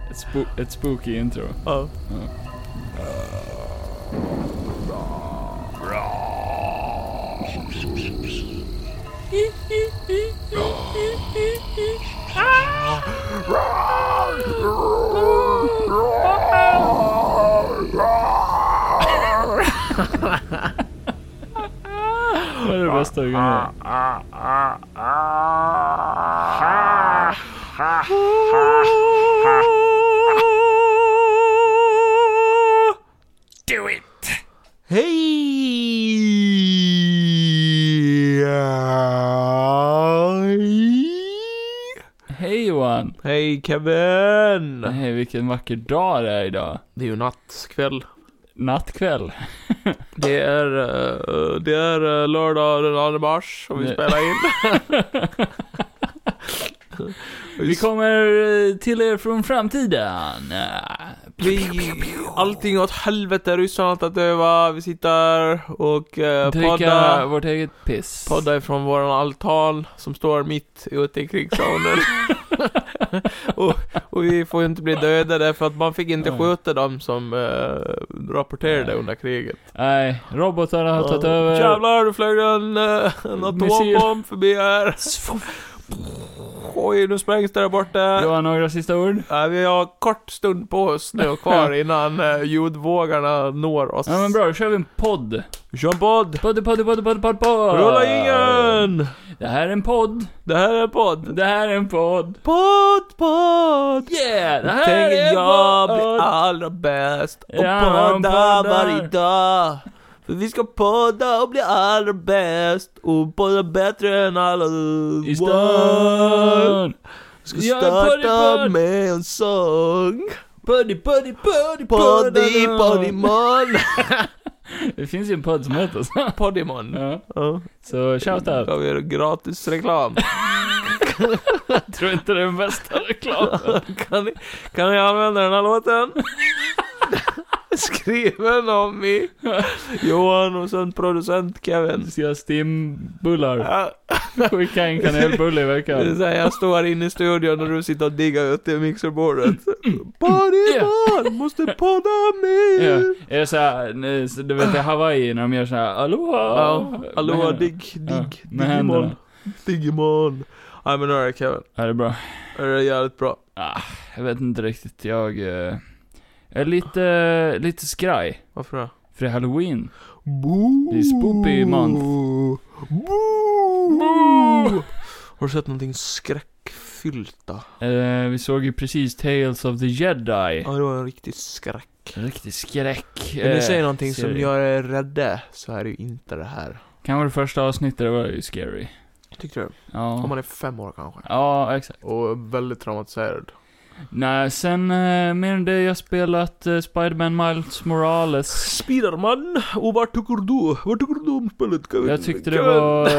Ett spooky intro. Ja. Vad är det bästa du kan göra? Do it! Hej! Hej Johan. Hej Kevin! Hej, vilken vacker dag det är idag. Det är ju nattkväll. Nattkväll. Det är lördag den 2 mars och vi spelar in. Vi kommer till er från framtiden. Allting åt helvete, ryssarna att döva. Vi sitter och Dricka poddar. vårt eget piss. Poddar ifrån våran altan som står mitt ute i krigszonen. och vi får ju inte bli dödade för att man fick inte skjuta dem som rapporterade under kriget. Nej, robotarna har tagit över. Jävlar, du flög en atombomb förbi här. Oj, nu sprängs det där borta. Du har några sista ord? Vi har kort stund på oss nu kvar innan ljudvågarna når oss. Ja men bra, då kör vi en podd. Vi kör en podd. Podd. Rulla ingen. Det här är en podd. Det här är en podd. Det här är en podd. Podd. Yeah, det här Tänk är en jag podd. blir allra bäst och Ja, podda poddar. varje dag. För vi ska podda och bli allra bäst och podda bättre än alla. I stan. Ska Ja, starta podd. med en sång. Poddy Poddymon. Det finns ju en podd som heter så. Poddymon. Ja. Ja. Så shout out. Ska vi göra gratis reklam? Jag tror inte det är den bästa reklamen. Kan ni använda den här låten? Skriven om mig Johan och sen producent Kevin. Vi ska göra steambullar. Ja. Skicka en kanelbulle i Det är veckan. så här, jag står här inne i studion och du sitter och diggar ute i mixerbordet. Poddymon, måste podda med. Ja, är det såhär, du vet i Hawaii när de gör såhär, aloha. Ja, aloha, Med- digg, ja, med Digimon. händerna. Digimon. Nej men nu är det Kevin. Ja, det är bra. Det är jävligt bra. Jag vet inte riktigt, jag är lite skraj. Varför då? För det är Halloween. Boo. Det är spoopy month. Boo. Har du sett någonting skräckfyllt då? Vi såg ju precis Tales of the Jedi. Ja, det var en riktig skräck. Riktig skräck. Om ni säger någonting som serie. gör er rädda så är det ju inte det här. Kan vara det första avsnittet, det var ju scary. Tyckte du? Ja. Om man är 5 år kanske. Ja, exakt. Och väldigt traumatiserad. Nej, sen mer än det jag spelat Spider-Man Miles Morales. Spiderman, och vad tycker du? Vad tycker du om spelet, Kevin? Jag tyckte det var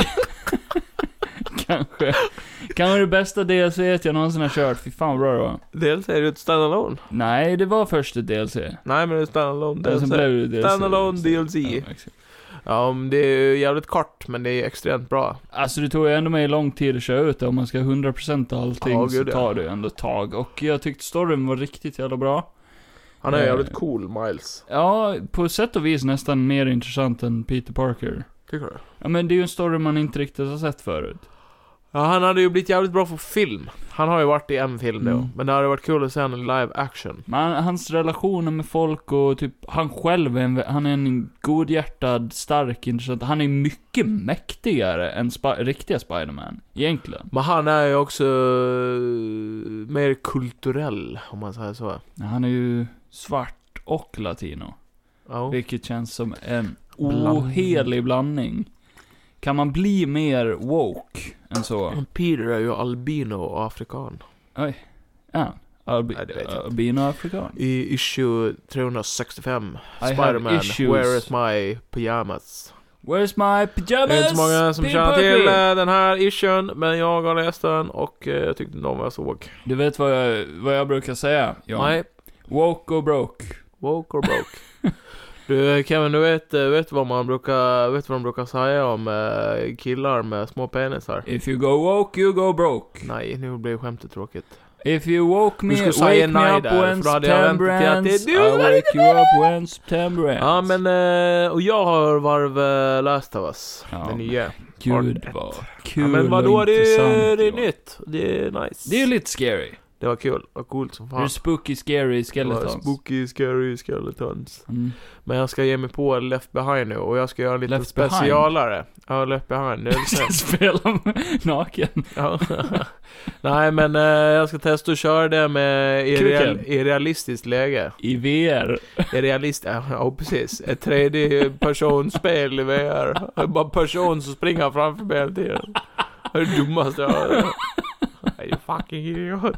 kanske det bästa DLC jag någonsin har kört. Fy fan vad bra det var. Dels är det ett standalone. Nej, det var först ett DLC. Nej, men det är standalone. Och sen blev det DLC. Standalone DLC. Ja, exakt. Ja, det är jävligt kort, men det är extremt bra. Alltså det tog ju ändå mig lång tid att köra ut det. Om man ska 100% allting Ja, så gud, ja. tar det ju ändå ett tag. Och jag tyckte storyn var riktigt jävla bra. Han är jävligt cool, Miles. Ja, på sätt och vis nästan mer intressant än Peter Parker. Tycker du? Ja, men det är ju en story man inte riktigt har sett förut. Ja, han hade ju blivit jävligt bra för film. Han har ju varit i en film då. Men det hade varit kul att se honom i live action. Men hans relationer med folk och typ han själv han är en godhjärtad, stark, intressant. Han är mycket mäktigare än riktiga Spider-Man egentligen. Men han är ju också mer kulturell, om man säger så. Han är ju svart och latino, Ja. vilket känns som en ohelig blandning. Kan man bli mer woke än så? Peter är ju albino och afrikan. Oj. Ja. Nej, det vet jag inte. Albino-afrikan. I issue 365 I have Spider-Man, issues. Where is my pyjamas? Where's my pyjamas? Det är inte så många som Peter känner till Parker. den här issuen, men jag har läst den och jag tyckte den vad jag såg. Du vet vad jag brukar säga, John? Nej, Woke och broke. woke or broke. Du Kevin, du vet vad man brukar säga om killar med små penisar? If you go woke, you go broke. Nej, nu blir skämtet tråkigt. If you woke me, Du skulle säga wake me nej up där, when för då hade jag September väntat till att ends. det- I'll wake you up when September ends. Ja, men och jag har Last of Us. Ja, Den nya. Gud vad kul Ja, men vadå, och det intressant. är var. nytt. Det är nice. Det är lite scary. Det var kul. Vad coolt som Det är fan. spooky, scary Det var skeletons. spooky, scary skeletons. Mm. Men jag ska ge mig på Left Behind nu. Och jag ska göra en lite Left Behind? specialare. Ja, Left Behind. Det är lite- Spela naken. Ja. Nej, men jag ska testa att köra det med Kuken. i realistiskt läge. I VR. Ja, precis. Ett tredje personspel i VR. Bara person som springer framför mig hela tiden. Det är det dummaste jag har. Är ju fucking idiot.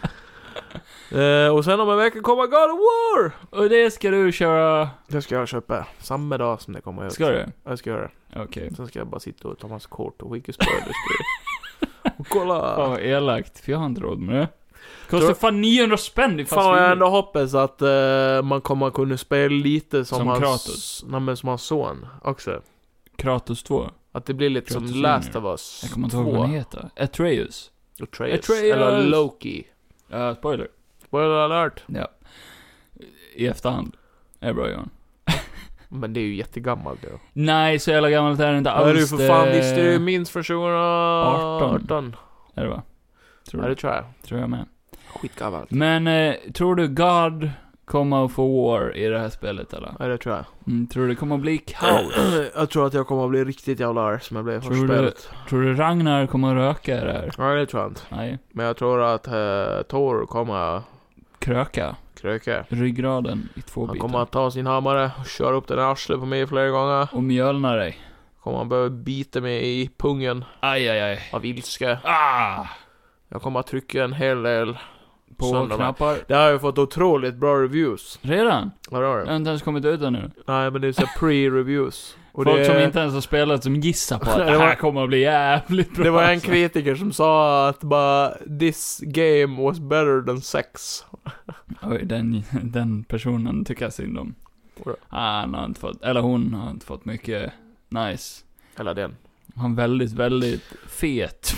Och sen om en vecka kommer God of War. Och det ska du köra. Det ska jag köpa samma dag som det kommer ut. Ska du? Jag ska göra det. Okej. Sen ska jag bara sitta och ta massa kort och skicka spoilers. Och kolla. Fan vad elakt, för jag har inte råd med det. Kostar fan 900 spänn, det är Fan, jag ändå hoppas att man kommer kunna spela lite som hans... Kratos. Nej, men som hans son också. Kratos 2. Att det blir lite Kratos som Last Junior. of Us Jag kommer inte ihåg vad 2. den heter. Atreus. Atreus. Atreus. Eller Loki. Spoiler. Spoiler alert. Ja. I efterhand. Är bra, Johan. Men det är ju jättegammalt då. Nej, så jävla gammalt är det inte Ja, det är ju alls. för fan, visst det är ju minst för 2018. Är det va? Tror Ja, du? det tror jag. Tror jag med. Skitgammalt. Men tror du God kommer att få war i det här spelet eller? Ja, det tror jag. Tror du det kommer att bli kaos? Jag tror att jag kommer att bli riktigt jävla arg som jag blev Tror för du- spelet. Tror du Ragnar kommer att röka i det här? Nej, det tror jag inte. Nej. Men jag tror att Thor kommer att Kröka. kröka. Ryggraden i 2 Han bitar. kommer att ta sin hammare och köra upp den i arslet på mig flera gånger. Och mjölna dig. Kommer han börja bita mig i pungen Aj, aj, aj. av ilska. Ah! Jag kommer att trycka en hel del. På Söndag, knappar. Det har ju fått otroligt bra reviews. Redan? Ja, det har Jag det. har inte ens kommit ut ännu. Nej, men det är så pre-reviews. Och Folk det, som inte ens har spelat som gissar på att Det det var- här kommer att bli jävligt bra. det var en alltså. kritiker som sa att bara this game was better than sex. Oj, den personen tycker jag synd om. Oj. Han har inte fått, eller hon har inte fått mycket nice. Eller den. Han är väldigt, väldigt fet.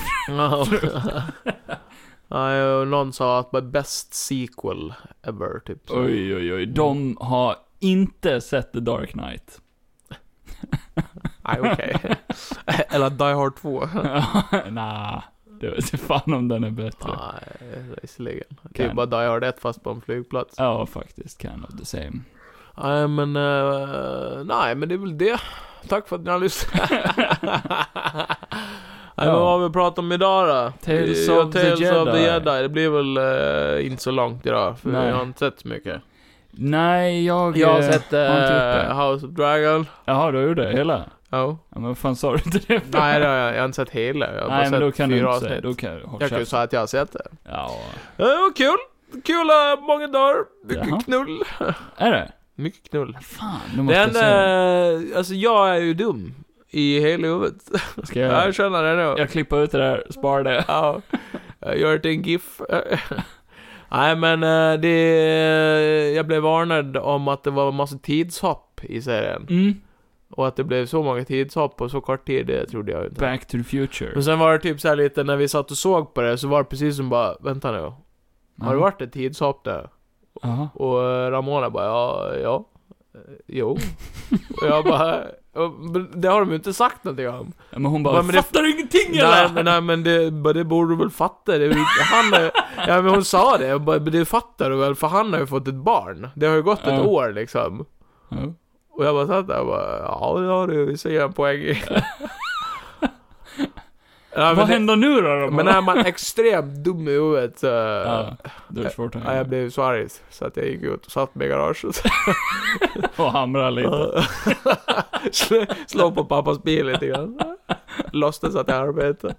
Nej, och någon sa att bara best sequel ever, typ. Så. Oj, oj, oj. De har inte sett The Dark Knight. Nej, okej. Eller Die Hard 2. Nah, det vet inte fan om den är bättre. Nej, visserligen. Det är Kan. bara Die Hard 1 fast på en flygplats. Ja, faktiskt. Kind of the same. Nej, men nej, men det är väl det. Tack för att ni har lyssnat. Nej, men vad har vi pratat om idag då? Tales Ja, of the Jedi. Det blir väl inte så långt idag, för Nej. jag har inte sett så mycket. Nej, jag Jag har sett har inte gjort det. House of Dragon. Jaha, du gjorde det hela? Ja. Ja, men vad fan sa du inte det? Nej, det har jag har inte sett hela. Jag har Nej, bara men då sett kan du 4 inte avsnitt. säga. Då kan du hålla Jag kan ju käften. säga att jag har sett det. Ja. Ja, det var kul. Kul, många dagar. Mycket Jaha. knull. Är det? Mycket knull. Fan, nu måste Den, jag säga det. alltså jag är ju dum i hela huvudet. Ska Jag känner det nu. jag klipper ut det där, spara det. Ja, jag gör det till en GIF. Nej, men jag blev varnad om att det var en massa tidshopp i serien. Mm. Och att det blev så många tidshopp på så kort tid, det trodde jag inte. Back to the future. Men sen var det typ så här lite, när vi satt och såg på det, så var det precis som bara, vänta nu. Har det varit ett tidshopp där? Jaha. Och Ramona bara, ja, jo. Och jag bara, det har de ju inte sagt någonting om. Ja, men hon bara, Men det- fattar ingenting eller? Nej, men det borde du väl fatta. Ja, men hon sa det. Jag bara, det fattar du väl, för han har ju fått ett barn. Det har ju gått ett år liksom. Ja. Och jag bara satt där och bara, ja, det har du, ser jag en poäng i. Ja, Vad händer nu då? Men är man extremt dum i huvudet så... Ja, det är svårt att Ja, jag blev så arg så att jag gick ut och satt mig i garaget. och hamra lite. Slå på pappas bil lite grann. Låtsas att jag arbetar.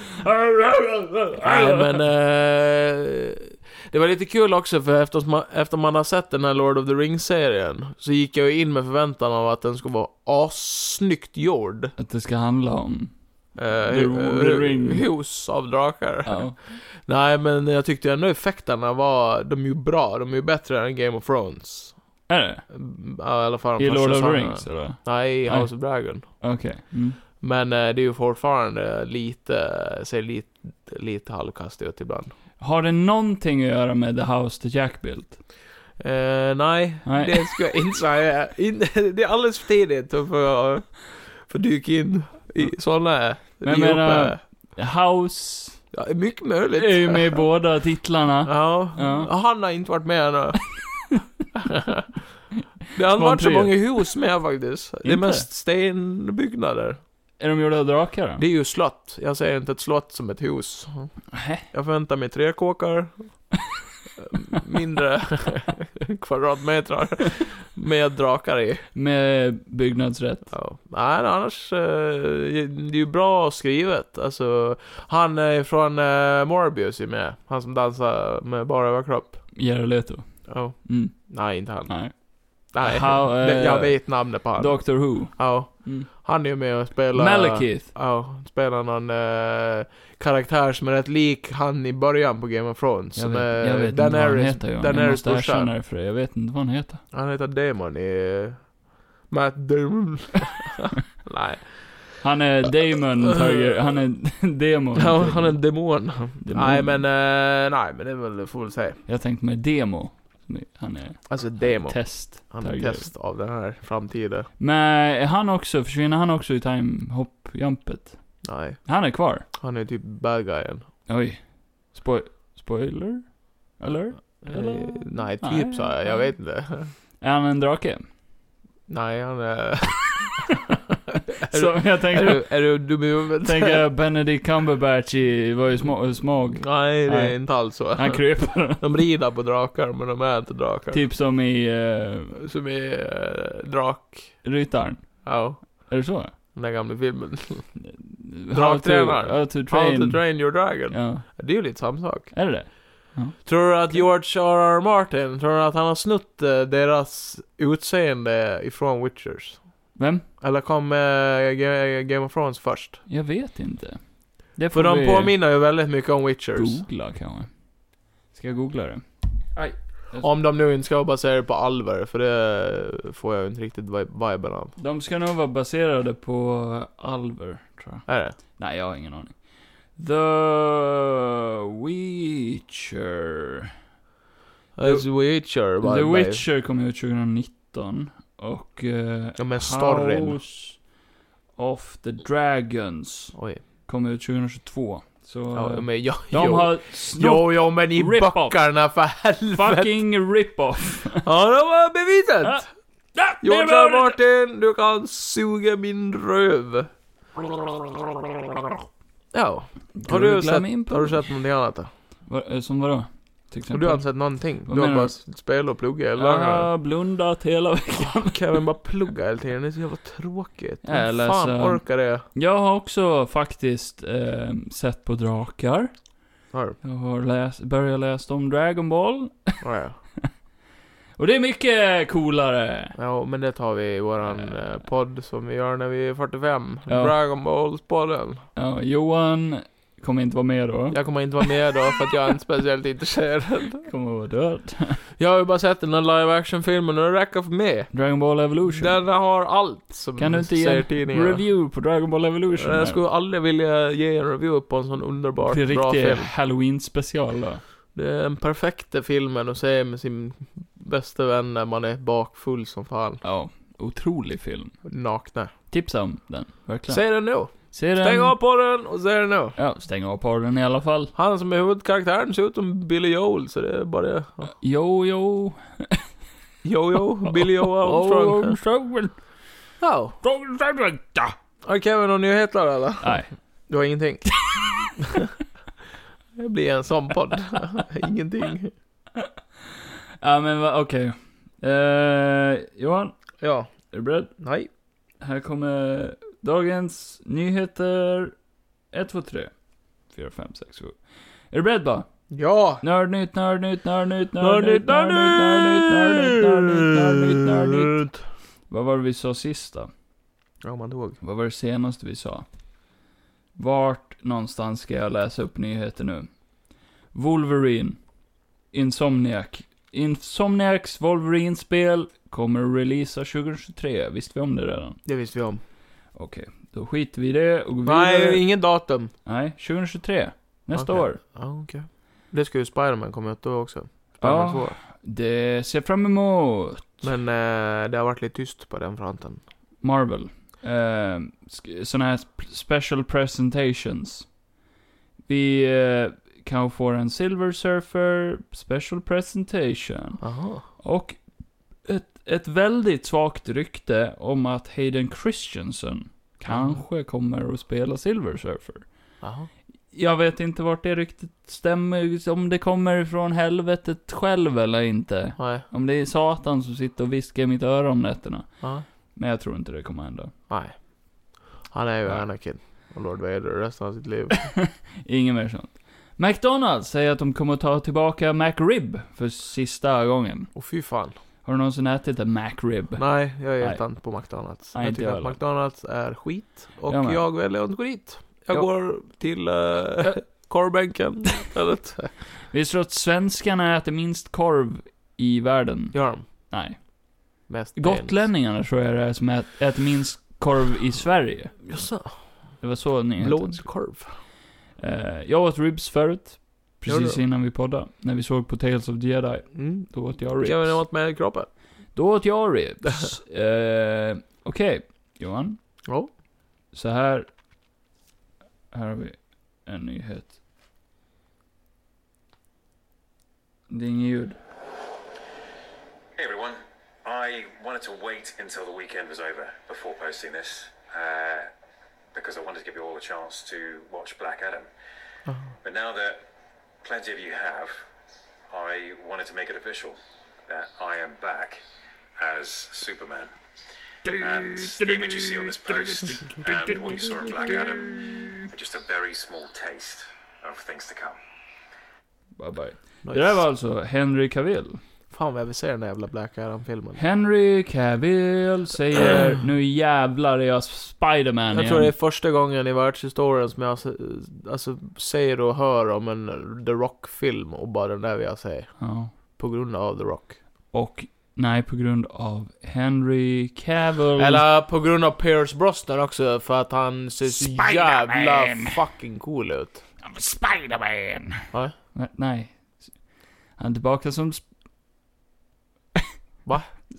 Nej, men det var lite kul också, för efter man har sett den här Lord of the Rings-serien så gick jag ju in med förväntan av att den skulle vara assnyggt gjord. Att det ska handla om... The Ring. Hus av drakar. Ja. Nej, men jag tyckte ändå effekterna de är ju bra. De är ju bättre än Game of Thrones. Är det? Ja, i alla fall de I första Lord of the säsongerna. Rings, eller? Nej, i Nej. House of Dragon. Okej. Mm. Men det är ju fortfarande lite halvkastigt ut ibland. Har det någonting att göra med The House that Jack built? Nej, Nej. det ska jag inte säga. Det är alldeles för tidigt att få dyka in i sådana. Men jag menar, House Ja, mycket möjligt. är ju med i båda titlarna. Ja. Han har inte varit med ännu. Det har varit så många hus med faktiskt. Det är mest stenbyggnader. Är de gjorda av drakar då? Det är ju slott. Jag säger inte ett slott som ett hus. Jag förväntar mig 3 kåkar. Mindre kvadratmeter med drakar i. Med byggnadsrätt. Ja. Nej, annars det är ju bra skrivet. Alltså, han är från Morbius är med. Han som dansar med bara överkropp. Jared Leto. Ja. Mm. Nej, inte han. Nej. Nej, How, jag vet namnet på han. Doctor Who. Ja. Mm. Han är ju med och spelar... Malekith. Ja, spelar någon karaktär som är rätt lik han i början på Game of Thrones. Jag vet inte vad han heter, Johan. Jag måste erkänna det för det. Jag vet inte vad han heter. Han heter Damon i... Matt Damon. Nej. Han är Damon Tiger. Han är Demon. Ja, han är en demon. Demon. Nej, men det är väl, får väl säga. Jag tänkte med Demo. Han är Alltså Demo. test. Han är test av den här framtiden. Men försvinner han också i time-hop-jumpet? Nej. Han är kvar. Han är typ bad guyen. Oj. Spoiler? Eller? Nej, typ så jag vet inte. Är han en drake? Nej, han är... Så jag tänker... Är du dum i huvudet? Tänker Benedict Cumberbatch var ju smag. Nej, det är inte alls så. Han kryper. De rider på drakar, men de är inte drakar. Typ som i... som i Ryttaren. Ja. Är det så? Den där gamla filmen. Draktränaren. How to train your dragon. Ja. Det är ju lite samma sak. Är det? Ja. Tror du att George R.R. Martin, tror du att han har snutt deras utseende ifrån Witchers? Vem? Eller kom Game of Thrones först? Jag vet inte. Det för de påminner ju väldigt mycket om Witchers. Googla kanske. Ska jag googla det? Aj. Om de nu inte ska vara baserade på alver, för det får jag inte riktigt viben av. De ska nog vara baserade på alver, tror jag. Är det? Nej, jag har ingen aning. The Witcher. The Witcher. The Witcher kom ut 2019. Och ja, men storyn. House of the Dragons. Oj. Kom ut 2022. Så ja, men de har snott jo, men i backarna för helvete. fucking rip-off. Ja, de har bevisat. George R. Martin, du kan suga min röv. Ja. Har du sett någonting annat då? Som vadå? Har du ansett någonting? Vad du har menar bara spelat och pluggat eller? Jag har blundat hela veckan. Kevin bara plugga hela tiden, det är så jävla tråkigt. Jag fan orkar det? Jag har också faktiskt sett på drakar. Har jag har börjat läsa om Dragon Ball. Ja. Och det är mycket coolare. Ja, men det tar vi i våran podd som vi gör när vi är 45. Ja. Dragon Balls-podden. Ja, Johan kommer inte vara med då. Jag kommer inte vara med då för att jag är inte speciellt intresserad. Kommer vara död. Jag har ju bara sett den här live-action-filmen och det räcker för mig. Dragon Ball Evolution. Den har allt som kan du inte ge en review på Dragon Ball Evolution? Jag skulle aldrig vilja ge en review på en sån underbart bra film. Det är riktig Halloween-special då. Det är den perfekta filmen att se med sin bästa vän när man är bakfull som fan. Ja, otrolig film. Nakna. Tipsa om den, verkligen. Se den nu. Stäng av på den och se den nu. Ja, stäng av på den i alla fall. Han som är huvudkaraktären ser ut som Billy Joel, så det är bara det. Ja. Jo. Billy Joel Armstrong. Ja. Har Kevin någon nyheter eller? Nej. Du har ingenting? Det blir en sån podd. Ingenting. Ja, men okej. Johan? Ja. Är du beredd? Nej. Här kommer dagens nyheter. 1, 2, 3 4, 5, 6, 7. Är du beredd bara? Ja. Nördnytt. Vad var det vi sa sist då? Ja, man dog. Vad var det senaste vi sa? Vart någonstans ska jag läsa upp nyheter nu? Wolverine. Insomniacs Wolverine-spel kommer att releasa 2023. Visste vi om det redan? Det visste vi om. Okej, då skiter vi i det och går vidare. Nej, ingen datum. Nej, 2023. Nästa år. Ja, okej. Det ska ju Spider-Man komma ut då också. Spider-Man 2. Det ser fram emot. Men det har varit lite tyst på den fronten. Marvel. Såna här special presentations. Vi kanske får en Silver Surfer special presentation. Aha. Och ett väldigt svagt rykte om att Hayden Christensen kanske kommer att spela Silver Surfer. Aha. Jag vet inte vart det ryktet stämmer, om det kommer från helvetet själv eller inte. Nej. Om det är Satan som sitter och viskar i mitt öra om nätterna. Ja. Men jag tror inte det kommer hända. Nej. Han är ju Ja. Anakin och Lord Vader resten av sitt liv. Ingen mer sånt. McDonald's säger att de kommer att ta tillbaka McRib för sista gången. Och fy fan. Har du någonsin ätit en McRib? Nej, jag Nej. äter inte på McDonald's. Nej, Jag inte tycker jag att heller. McDonald's är skit. Och Jag med. jag väljer att gå dit. Jag Ja. går till korvbänken. Eller Visst att svenskarna äter minst korv i världen? gör de. Nej. Mest Gotlänningarna tror jag det är som äter minst korv i Sverige. Jaså? Det var så nyheten. Blodkorv. Jag åt ribs förut. Precis Gjorde du? innan vi poddade. När vi såg på Tales of the Jedi. Mm. Då åt jag ribs. Jag vet inte vad med kroppen. Då åt jag ribs. Okej, Johan. Ja. Så här. Här har vi en nyhet. Det är inget ljud. Hey everyone, I wanted to wait until the weekend was over before posting this, because I wanted to give you all a chance to watch Black Adam. But now that plenty of you have, I wanted to make it official that I am back as Superman. And the image you see on this post and what you saw in Black Adam are just a very small taste of things to come. Bye bye. Nice. Det där var alltså Henry Cavill. Fan vad jag vill se den där jävla Black Adam-filmen. Henry Cavill säger nu jävlar är jag Spider-Man Jag igen. tror det är första gången i världshistorien som jag ser och hör om en The Rock-film och bara den där vill jag säga. Ja. På grund av The Rock. Och nej, på grund av Henry Cavill. Eller på grund av Pierce Brosnan också, för att han ser så jävla fucking cool ut. I'm Spider-Man. Va? Nej. Han är tillbaka som Va?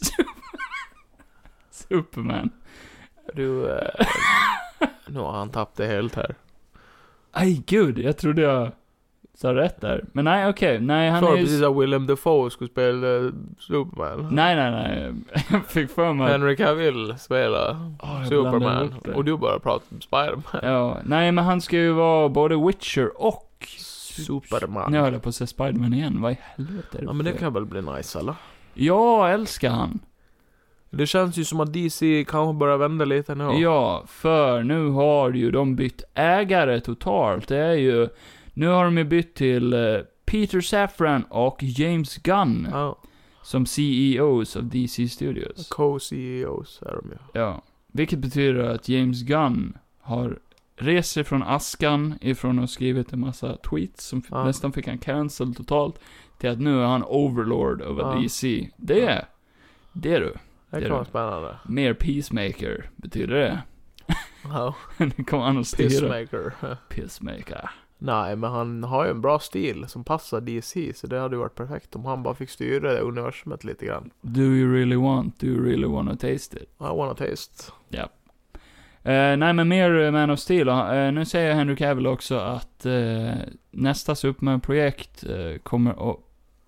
Superman. Du, nu har han tappat det helt här. Aj gud, jag trodde jag sa rätt där. Men nej, okej. Nej, han För är precis ju... att Willem Dafoe skulle spela Superman. Nej. Jag fick för mig... Henry Cavill spelar jag blandade Superman. ihop det. Och du bara pratar om Spider-Man. Ja, nej men han ska ju vara både Witcher och... Superman. Nu höll jag på att säga Spider-Man igen. Vad i helvete är det Ja, men det för- kan väl bli nice, eller? Jag älskar han. Det känns ju som att DC kanske börjar vända lite nu. Ja, för nu har ju de bytt ägare totalt. Det är ju... Nu har de ju bytt till Peter Safran och James Gunn Ja. som CEOs av DC Studios. Co-CEOs är de ju. Ja, vilket betyder att James Gunn har rest sig från askan ifrån att ha skrivit en massa tweets som Ja. nästan fick han cancel totalt till att nu är han overlord över Ja. DC. Det är du. Det Det kan är vara det. spännande. Mer peacemaker betyder det. Ja. Nu kommer han att styra. Pissmaker. Peacemaker. Nej, men han har ju en bra stil som passar DC, så det hade ju varit perfekt om han bara fick styra det universumet lite grann. Do you really wanna taste it? I wanna taste. Ja. Nej men mer Man of Steel. Nu säger Henry Cavill också att nästa Superman-projekt kommer att...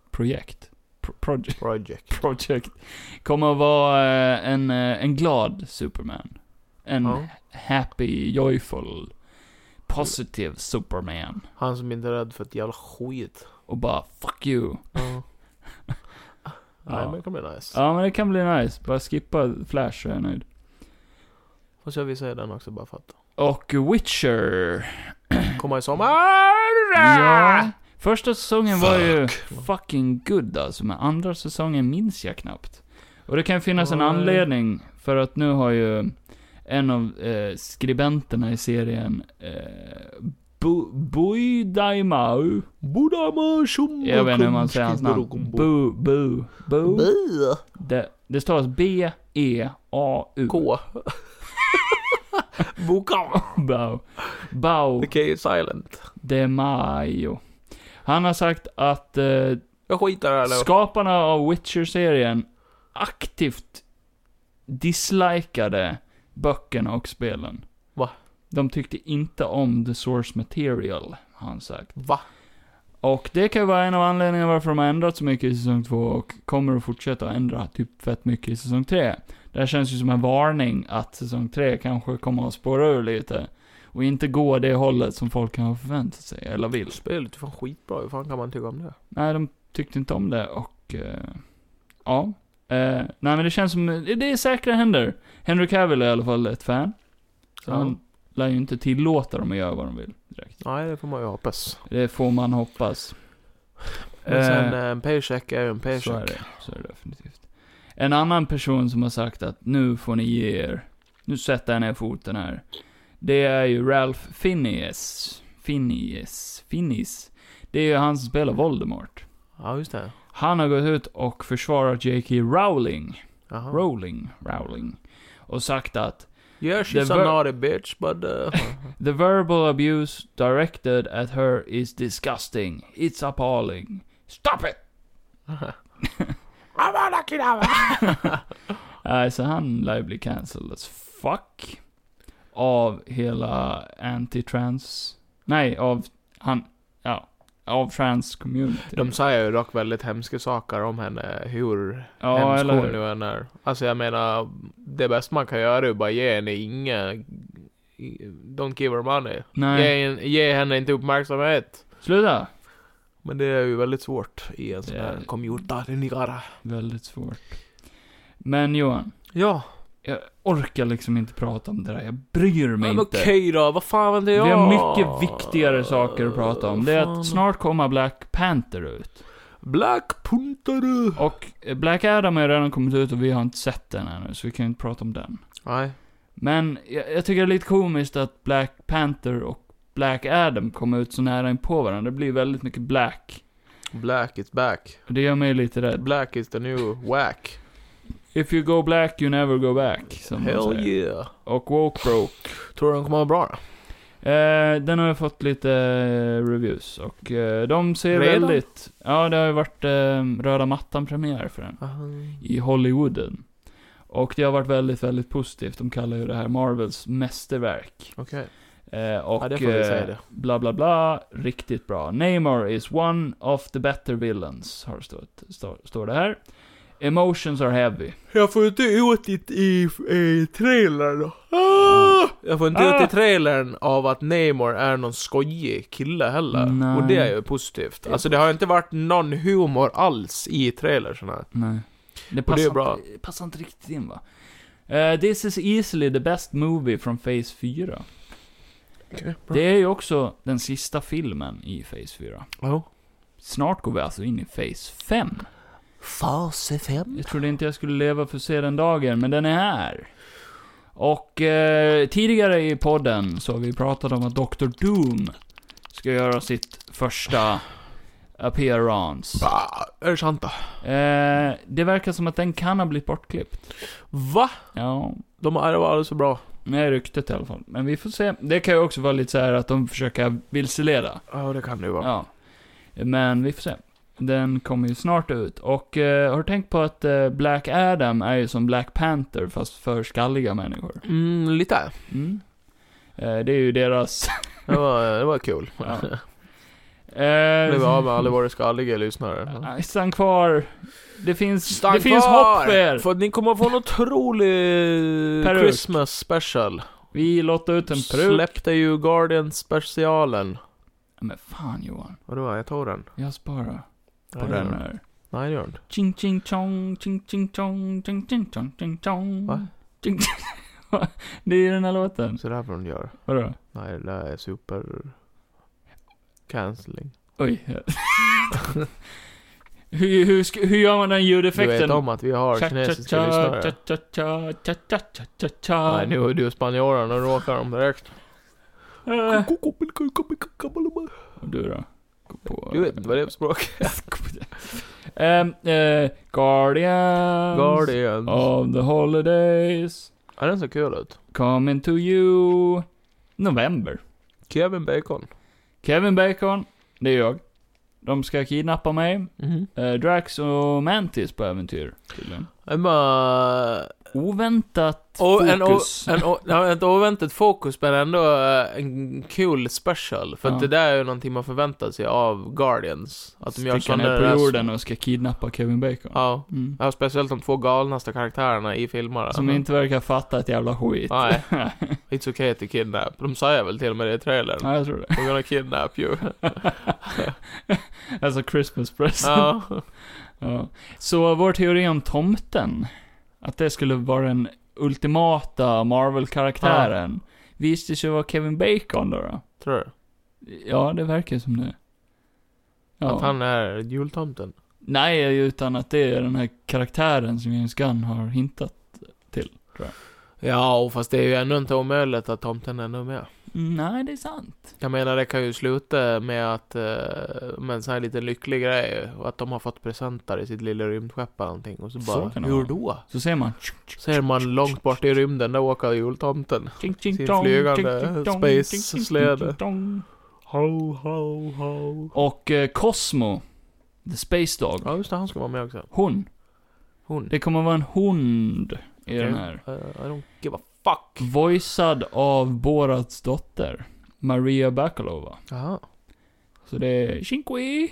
Project kommer att vara en glad Superman. En Ja. happy, joyful, positive Superman. Han som inte är rädd för ett jävla skit. Och bara, fuck you. Ja. Nej, Ja. men det kan bli nice. Ja men det kan bli nice. Bara skippa Flash så är jag nöjd. Får se vi säger den också bara för att. Och Witcher. Komma i sommar! Ja. Första säsongen var ju fucking good alltså, men andra säsongen minns jag knappt. Och det kan finnas en Nej. anledning, för att nu har ju en av skribenterna i serien Buidaimau. Jag vet inte hur man säger hans namn. Bu. Det stavas B-E-A-U. K. Boka. Bau. The K is silent. De Mayo. Han har sagt att Jag skiter här nu. skaparna av Witcher-serien aktivt dislikade böckerna och spelen. Va? De tyckte inte om the source material, har han sagt. Va? Och det kan ju vara en av anledningarna varför de har ändrat så mycket i säsong 2 och kommer att fortsätta att ändra typ fett mycket i säsong 3. Det här känns ju som en varning att säsong 3 kanske kommer att spåra ur lite. Och inte gå det hållet som folk kan ha förväntat sig, eller vill. Spelet är fan skitbra, hur fan kan man tycka om det? Nej, de tyckte inte om det och... ja. Nej, men det känns som... Det är säkra händer. Henry Cavill är i alla fall ett fan. Så han lär ju inte tillåta dem att göra vad de vill direkt. Nej, det får man ju hoppas. Det får man hoppas. Men sen en paycheck är en paycheck. Så är det definitivt. En annan person som har sagt att nu får ni ge er. Nu sätter jag ner foten här. Det är ju Ralph Fiennes. Det är ju han som spelar Voldemort. Ja, just det. Han har gått ut och försvarat J.K. Rowling. Aha. Rowling. Och sagt att Yeah, she's a naughty bitch, but... the verbal abuse directed at her is disgusting. It's appalling. Stop it! Så han lär bli cancelled as fuck. Av hela anti-trans... Nej, av trans-community. De säger ju dock väldigt hemska saker om henne, hur hemsk eller hon hur? nu än är. Alltså jag menar, det bästa man kan göra är bara ge henne don't give her money. Nej. Ge henne inte uppmärksamhet. Sluta! Men det är ju väldigt svårt i en sån här community. Väldigt svårt. Men Johan, Ja. jag orkar liksom inte prata om det där. Jag bryr mig Men inte. okej då, vad fan var det jag? Vi har mycket viktigare saker att prata om. Det är att snart kommer Black Panther ut. Black Panther. Och Black Adam har ju redan kommit ut och vi har inte sett den ännu, så vi kan inte prata om den. Nej. Men jag tycker det är lite komiskt att Black Panther och Black Adam kommer ut så nära in på varandra. Det blir väldigt mycket black. Black is back. Och det gör mig lite rädd. Black is the new whack. If you go black, you never go back. Som de Hell säger. yeah. Och woke broke. Tror du den kommer vara bra då? Den har ju fått lite reviews. Och de ser Redan? väldigt... Ja, det har ju varit röda mattan-premiär för den. I Hollywooden. Och det har varit väldigt, väldigt positivt. De kallar ju det här Marvels mästerverk. Okej. Och Ja, det får vi säga det. bla bla bla, riktigt bra. Namor is one of the better villains, har står det här. Emotions are heavy. Jag får inte ut i trailern då. Jag får inte ut i trailern av att Namor är någon skojig kille heller. Nej. Och det är ju positivt. Alltså det har inte varit någon humor alls i trailern här. Nej. Det Och det är bra. passar inte riktigt in, va? This is easily the best movie from Phase 4. Okay, Det är ju också den sista filmen i Phase 4. Oh. Snart går vi alltså in i Phase 5. Fase 5? Jag trodde inte jag skulle leva för att se den dagen, men den är här. Och tidigare i podden så har vi pratat om att Dr. Doom ska göra sitt första appearance. Är det sant då? Det verkar som att den kan ha blivit bortklippt. Va? Ja, Det var alldeles så bra. nej, ryktet i alla fall. Men vi får se. Det kan ju också vara lite så här att de försöker vilseleda. Ja, det kan det ju vara. Ja. Men vi får se. Den kommer ju snart ut. Och har du tänkt på att Black Adam är ju som Black Panther fast för skalliga människor? Lite. Mm. Det är ju deras... Det var kul. Ja. Blev av med alla våra skalliga lyssnare. Stann kvar. Det finns Stann finns kvar! hopp för er. För att ni kommer få en otrolig Peruk. Christmas special. Vi låter ut en peruk. Släppte ju Guardians specialen. Men fan, Johan. Vadå, jag tog den. Jag sparar på Nej, den det gör här. Nej, det gör inte. Ching ching chong, ching ching chong, ching ching chong, ching chong. Va? Ching, det är ju den här låten. Så där får de göra. Vadå? Nej, det där är super... cancelling. Oj. hur gör man den ljudeffekten? Du vet om att vi har kinesiska lyssnare. Nej, nu är du spanjoren och råkar dem direkt. Och du då? Du vet inte vad det är för språk. Guardians of the Holidays. Är den så kul ut? Coming to you. November. Kevin Bacon. Kevin Bacon. Det är jag. de ska kidnappa mig. Drax och Mantis på äventyr, tydligen. Oväntat fokus. Ett oväntat fokus, men ändå en cool special. För att det där är ju någonting man förväntar sig av Guardians. Att de gör sådana ner på jorden och ska kidnappa Kevin Bacon. Ja, speciellt de 2 galnaste karaktärerna i filmerna. Som inte verkar fatta ett jävla skit. Nej, it's okay to kidnap. De säger väl till och med det i trailern. Ja, jag tror det. We're gonna kidnap you. Alltså Christmas present. Ja. Så vår teori om tomten, att det skulle vara den ultimata Marvel-karaktären, visste sig vara Kevin Bacon då. Tror du? Ja, det verkar som det. Ja. Att han är jultomten? Nej, utan att det är den här karaktären som James Gunn har hintat till, tror jag. Ja, fast det är ju ändå inte omöjligt att tomten är med. Nej, det är sant. Jag menar, det kan ju sluta med att med en sån här liten lycklig grej, och att de har fått presenter i sitt lilla rymdskepp eller någonting, och så bara, hur då? Så ser man Långt bort i rymden, där åker jultomten sin flygande space-släde. Ho, ho, ho. Och Cosmo, The Space Dog. Ja, just det, han ska vara med också. Hon. Det kommer vara en hund i den här. I don't give a fuck. Voicead av Borats dotter, Maria Bakalova. Aha. Så det är Shinkwi.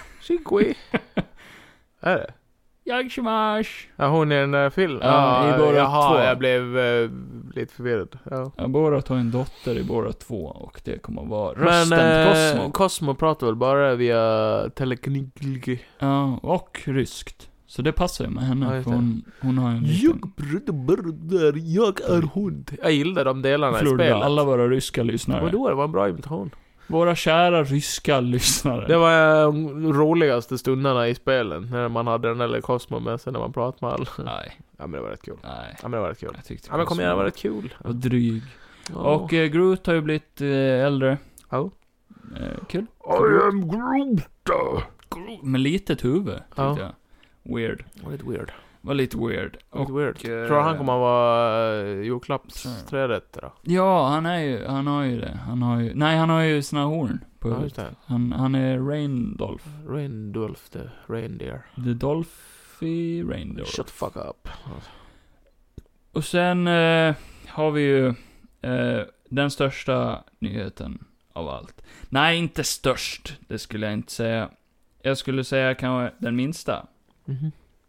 Är det? Yagshamash. Ja, hon är den där filmen. Ja, i Borat 2. Jag blev lite förvirrad. Ja, Borat har en dotter i Borat 2, och det kommer att vara rösten Cosmo. Cosmo pratar väl bara via teleknik. Ja, och ryskt. Så det passar ju med henne, för hon har en liten... Jag är hund. Jag gillar de delarna i spelet. Alla våra ryska lyssnare. Vadå, det var en bra imitation. Våra kära ryska lyssnare. Det var roligaste stunderna i spelen, när man hade den eller Cosmo med sig när man pratade med alla. Nej. Ja, men det var rätt kul. Nej. Ja, men det var rätt kul. Jag tyckte ja, men kom igen, det var rätt kul. Och dryg. Och Groot har ju blivit äldre. Ja. Kul. I am Groot. Med litet huvud, tyckte jag. Weird. Var lite weird. Tror han kommer att vara julklappsträdet då? Ja, han har ju det. Nej, han har ju såna horn på just det. Han är Randolph. Randolph the reindeer. The Dolphy Reindeer. Shut the fuck up. Och sen har vi ju den största nyheten av allt. Nej, inte störst. Det skulle jag inte säga. Jag skulle säga kanske den minsta. Mhm.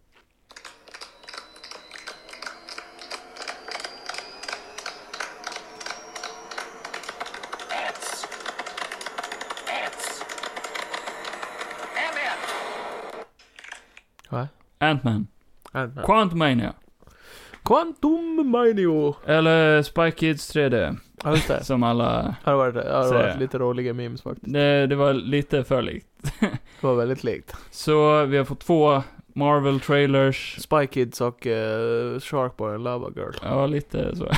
Ant-Man. Quantum Mania. Eller Spy Kids 3D. Ja, just det. Som alla det har varit lite roliga memes faktiskt. Det var lite för likt. Det var väldigt likt. Så vi har fått 2 Marvel-trailers. Spy Kids och Sharkboy och Lava Girl. Ja, lite så.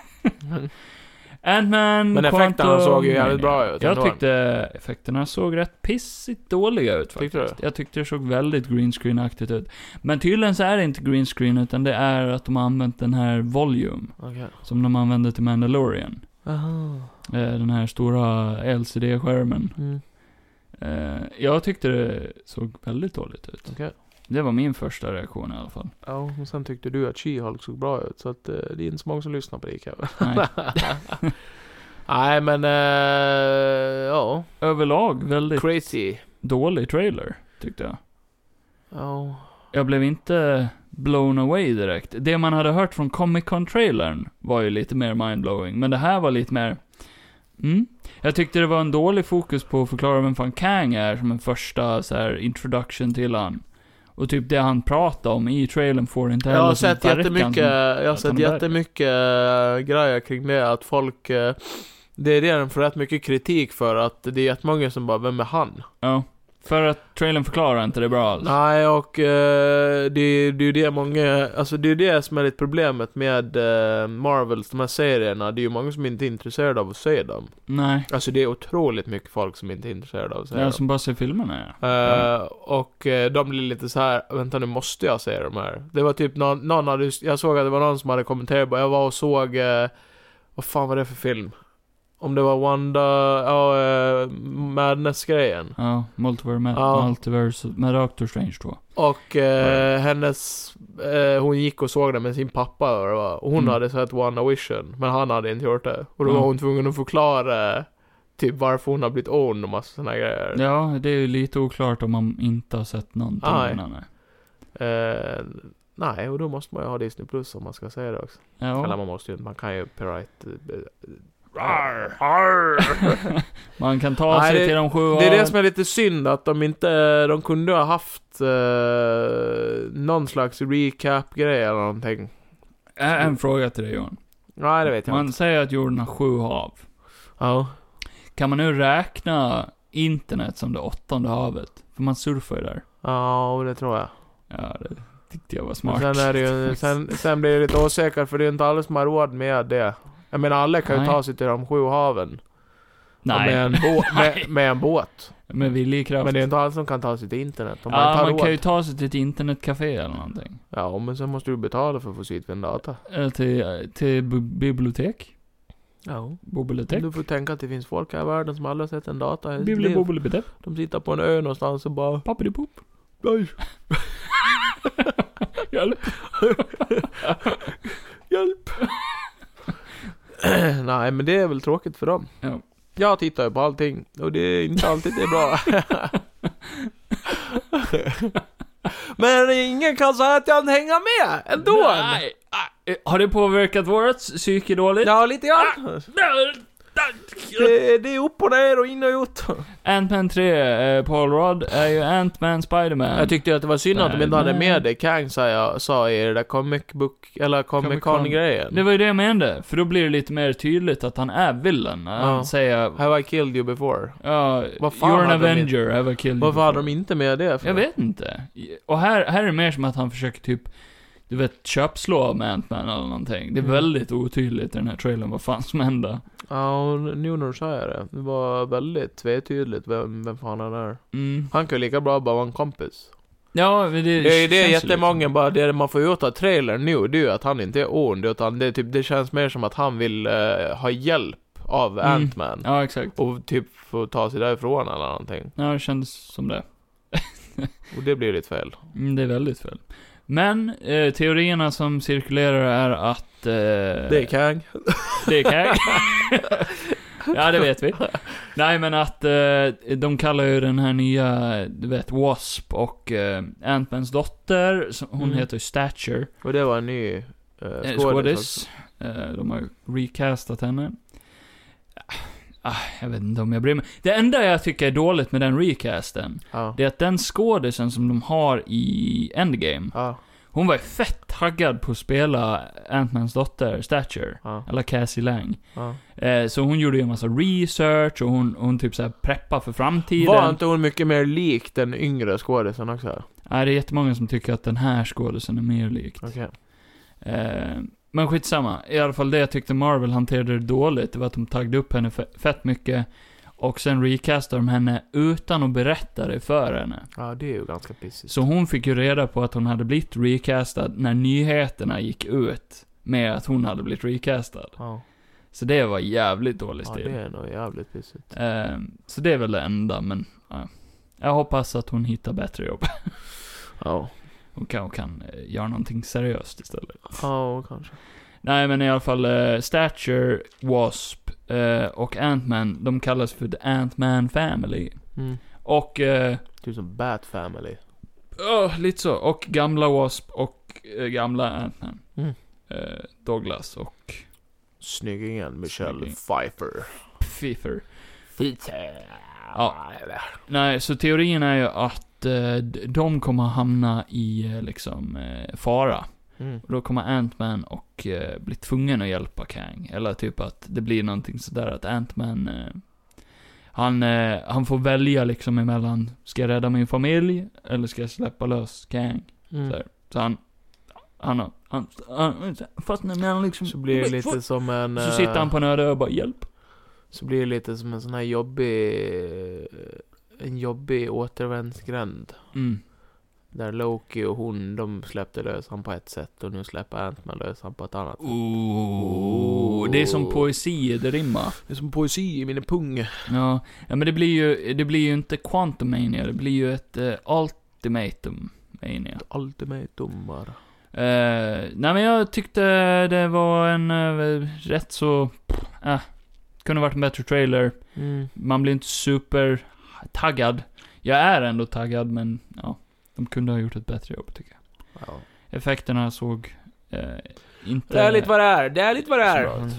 Ant-Man, men effekterna såg ju jävligt bra ut. Jag tyckte effekterna såg rätt pissigt dåliga ut faktiskt. Jag tyckte det såg väldigt green screen-aktigt ut. Men tydligen så är det inte green screen, utan det är att de har använt den här volume. Som de använde till Mandalorian. Den här stora LCD-skärmen. Jag tyckte det såg väldigt dåligt ut. Det var min första reaktion i alla fall. Ja, och sen tyckte du att She-Hulk såg bra ut. Så att det är inte så många som lyssnar på det, Kevin. Nej. Nej, men ja. Överlag väldigt crazy. Dålig trailer, tyckte jag. Ja. Jag blev inte blown away direkt. Det man hade hört från Comic-Con-trailern var ju lite mer mindblowing. Men det här var lite mer... Jag tyckte det var en dålig fokus på att förklara vem fan Kang är som en första så här introduction till han. Och typ det han pratar om i trailern får inte heller. Jag har sett jättemycket grejer kring det, att folk det är redan för rätt mycket kritik för att det är jättemånga som bara, vem är han? Ja. För att trailern förklarar inte det bra alls. Nej, och det är det många... Alltså det är det som är lite problemet med Marvels, de här serierna. Det är ju många som inte är intresserade av att se dem. Nej. Alltså det är otroligt mycket folk som inte är intresserade av att se dem. Ja, som bara ser filmerna, och de blir lite så här, vänta, nu måste jag se de här. Det var typ någon hade... Jag såg att det var någon som hade kommenterat, jag var och såg... vad fan var det för film? Om det var Madness-grejen. Ja, Multiverse med Doctor Strange 2. Och hennes... hon gick och såg det med sin pappa. Och hon hade sett WandaVision. Men han hade inte gjort det. Och då var hon tvungen att förklara typ varför hon har blivit owned och massa såna grejer. Ja, det är ju lite oklart om man inte har sett någonting innan. Nej, och då måste man ju ha Disney Plus om man ska säga det också. Ja. Eller man måste ju inte, man kan ju pirate... Man kan ta sig till de 7 Det är det som är lite synd, att de kunde ha haft någon slags recap-grej eller någonting. En fråga till dig, Johan. Nej, det vet jag Man inte. säger att jorden har 7 hav. Ja. Kan man nu räkna internet som det 8:e havet? För man surfar ju där. Ja, det tror jag. Ja, det tyckte jag var smart. Sen är det ju, sen blir det lite osäkert, för det är inte alla som har råd med det. Jag menar, alla kan ju ta sig till de 7 haven. Nej. Med en båt. Med viljekraft. Men det är inte alla som kan ta sig till internet. Man kan ju ta sig till ett internetcafé eller någonting. Ja, men sen måste du betala för att få sitta vid en data. Eller till bibliotek. Ja. Bibliotek. Du får tänka att det finns folk här i världen som aldrig har sett en data i sitt liv. Bibliotek. De sitter på en ö någonstans och bara... Pappidipop. Hjälp. Hjälp. Nej, men det är väl tråkigt för dem. Ja. Jag tittar ju på allting och det är inte alltid det är bra. Men ingen kan säga att jag inte hänger med ändå. Nej. Har det påverkat vårt psyke dåligt? Ja, lite grann. Det är upp och ner och in och ut. Ant-Man 3, Paul Rudd är ju Ant-Man Spider-Man. Jag tyckte att det var synd att de inte hade med det Kang sa i det där comic book eller Comic-Con-grejen. Det var ju det jag menade, för då blir det lite mer tydligt att han är villain. Han säger... Have I killed you before? Ja, you're an Avenger, have I killed you before? Varför hade de inte med det? Jag vet inte. Och här är det mer som att han försöker typ, du vet, köpslå med Ant-Man eller någonting. Det är väldigt otydligt i den här trailern vad fan som händer. Ja, nu när du säger det. Det var väldigt tvetydligt vem fan han är. Han kan ju lika bra bara vara en kompis. Ja, men det är jättemånga liksom. Bara det man får ut av trailern nu, det är ju att han inte är ond, utan det känns mer som att han vill ha hjälp av Ant-Man. Ja, exakt. Och typ få ta sig därifrån eller någonting. Ja, det kändes som det. Och det blir lite fel. Det är väldigt fel. Men teorierna som cirkulerar är att... det är Kang. Det är Kang. Ja, det vet vi. Nej, men att de kallar ju den här nya, du vet, Wasp och Ant-Mans dotter, hon heter ju Stature. Och det var en ny skådis. De har recastat henne. Jag vet inte om jag bryr mig. Det enda jag tycker är dåligt med den recasten, det är att den skådisen som de har i Endgame, hon var ju fett taggad på att spela Ant-Mans dotter, Stature, eller Cassie Lang. Så hon gjorde ju en massa research och hon typ såhär preppar för framtiden. Var inte hon mycket mer lik den yngre skådisen också? Nej, det är jättemånga som tycker att den här skådisen är mer likt. Okay. Men skitsamma. I alla fall det jag tyckte Marvel hanterade det dåligt, det var att de taggade upp henne fett mycket och sen recastade de henne utan att berätta det för henne. Ja, det är ju ganska pissigt. Så hon fick ju reda på att hon hade blivit recastad när nyheterna gick ut med att hon hade blivit recastad. Så det var jävligt dålig stil. Ja, det är nog jävligt pissigt. Så det är väl det enda, men jag hoppas att hon hittar bättre jobb. Ja. Och kan göra någonting seriöst istället. Ja, kanske. Nej, men i alla fall Stature, Wasp och Ant-Man, de kallas för The Ant-Man Family. Och typ som Bat Family. lite så. Och gamla Wasp och gamla Ant-Man. Douglas och snyggingen Michelle Pfeiffer. Ja. Nej, så teorin är ju att de kommer hamna i liksom fara. Och då kommer Ant-Man och bli tvungen att hjälpa Kang. Eller typ att det blir någonting sådär att Ant-Man han får välja liksom emellan, ska jag rädda min familj eller ska jag släppa lös Kang? Så han fast när han liksom, så blir det lite som en så sitter han på en öde och bara hjälp. Så blir det lite som en sån här jobbig återvändsgränd. Där Loki och hon, de släppte lös han på ett sätt och nu släpper Ant-Man lös han på ett annat sätt. Det är som poesi, det rimmar. Det är som poesi i min pung. Ja, men det blir ju inte Quantum Mania, det blir ju ett Ultimatum Mania. Ultimatum bara. Nej men jag tyckte det var en rätt så kunde varit en bättre trailer. Man blir inte super taggad. Jag är ändå taggad, men ja, de kunde ha gjort ett bättre jobb tycker jag. Ja. Effekterna såg inte... Det är lite vad det är.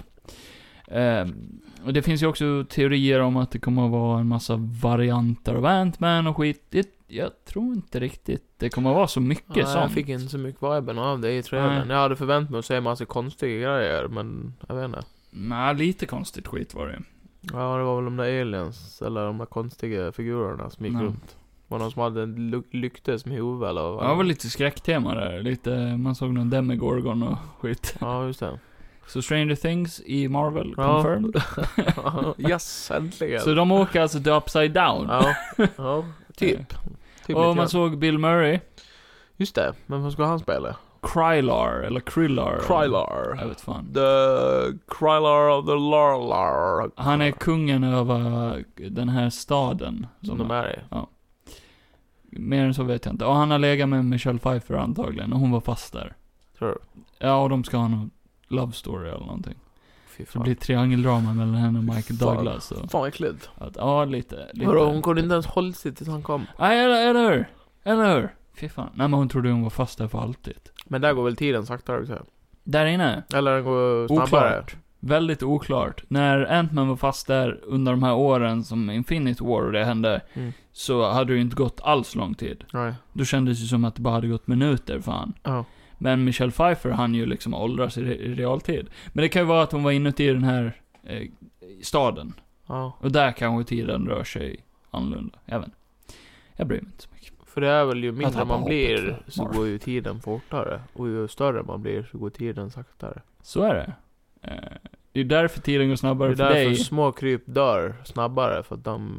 Och det finns ju också teorier om att det kommer att vara en massa varianter av Ant-Man och skit. Jag tror inte riktigt det kommer att vara så mycket sånt. Jag fick inte så mycket viben av det i trailern. Jag hade förväntat mig att se en massa konstiga grejer, men jag vet inte. Nej, lite konstigt skit var det. Ja, det var väl de där aliens, eller de där konstiga figurerna som gick runt. Var någon som hade en lykte som huvud eller vad? Ja, det var lite skräcktema där. Lite, man såg någon Demogorgon och skit. Ja, just det. Så Stranger Things i Marvel, confirmed. Yes, äntligen. Så de åker alltså till Upside Down. Ja, typ och man såg Bill Murray. Just det, men vad ska han spela? Krylar, eller Krylar. Jag vet fan. The Krylar of the Larlar. Han är kungen över den här staden. Som de är i. Ja. Mer än så vet jag inte. Och han har legat med Michelle Pfeiffer antagligen. Och hon var fast där. Tror du? Ja, och de ska ha någon love story eller någonting. Fy fan. Så det blir triangeldrama mellan henne och Michael Douglas. Och fan äckligt. Ja, lite. Vadå, hon kunde inte ens hålla sig tills han kom. Nej, eller hur? Fy fan. Nej, men hon trodde hon var fast där för alltid. Men där går väl tiden saktare också? Där inne? Eller den går snabbare? Oklart. Väldigt oklart. När Ant-Man var fast där under de här åren som Infinity War och det hände, så hade det ju inte gått alls lång tid. Nej. Då kändes det som att det bara hade gått minuter för han. Ja. Men Michelle Pfeiffer, han ju liksom åldras i realtid. Men det kan ju vara att hon var inuti den här staden. Ja. Och där kanske tiden rör sig annorlunda. Jag bryr mig inte så mycket. För det är väl ju mindre man blir så Marvel. går ju tiden fortare. Och ju större man blir så går tiden saktare. Så är det. Det är därför tiden går snabbare för dig. Det är därför små kryp dör snabbare. För att de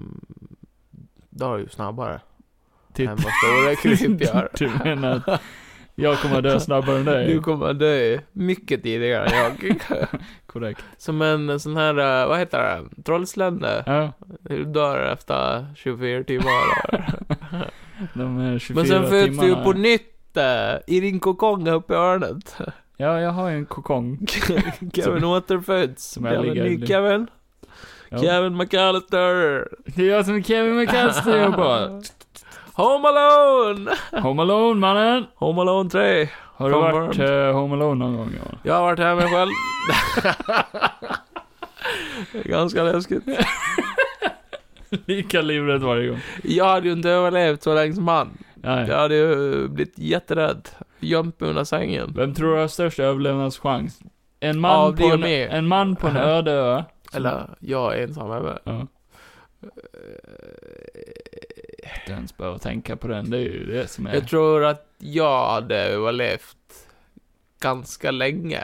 dör ju snabbare. Än vad stora kryp gör. Du menar att jag kommer att dö snabbare än dig? Du kommer att dö mycket tidigare än jag. Korrekt. Som en sån här, vad heter det? Trollslände. Ja. Du dör efter 24 timmar. De är 24 Men sen föds du ju timmarna. på nytt i din kokong uppe i hörnet. Ja, jag har ju en kokong. Kevin återföds. Som jag ligger ny Kevin. Ja. Kevin McAllister. Det är jag som är Kevin McAllister. Jag bara... Home Alone! Home Alone, mannen! Home Alone 3. Har du varit Home Alone någon gång, ja? Jag har varit här med själv. Det är ganska läskigt. Lika livrädd varje gång. Jag hade ju inte överlevt så länge som han. Nej. Jag hade ju blivit jätterädd. Gömt mig under sängen. Vem tror du har störst överlevnadschans? En man på en öde ö. Eller jag är ensam med. Ja. Inte ens behöva tänka på den. Det är ju det som är... Jag tror att jag hade överlevt ganska länge.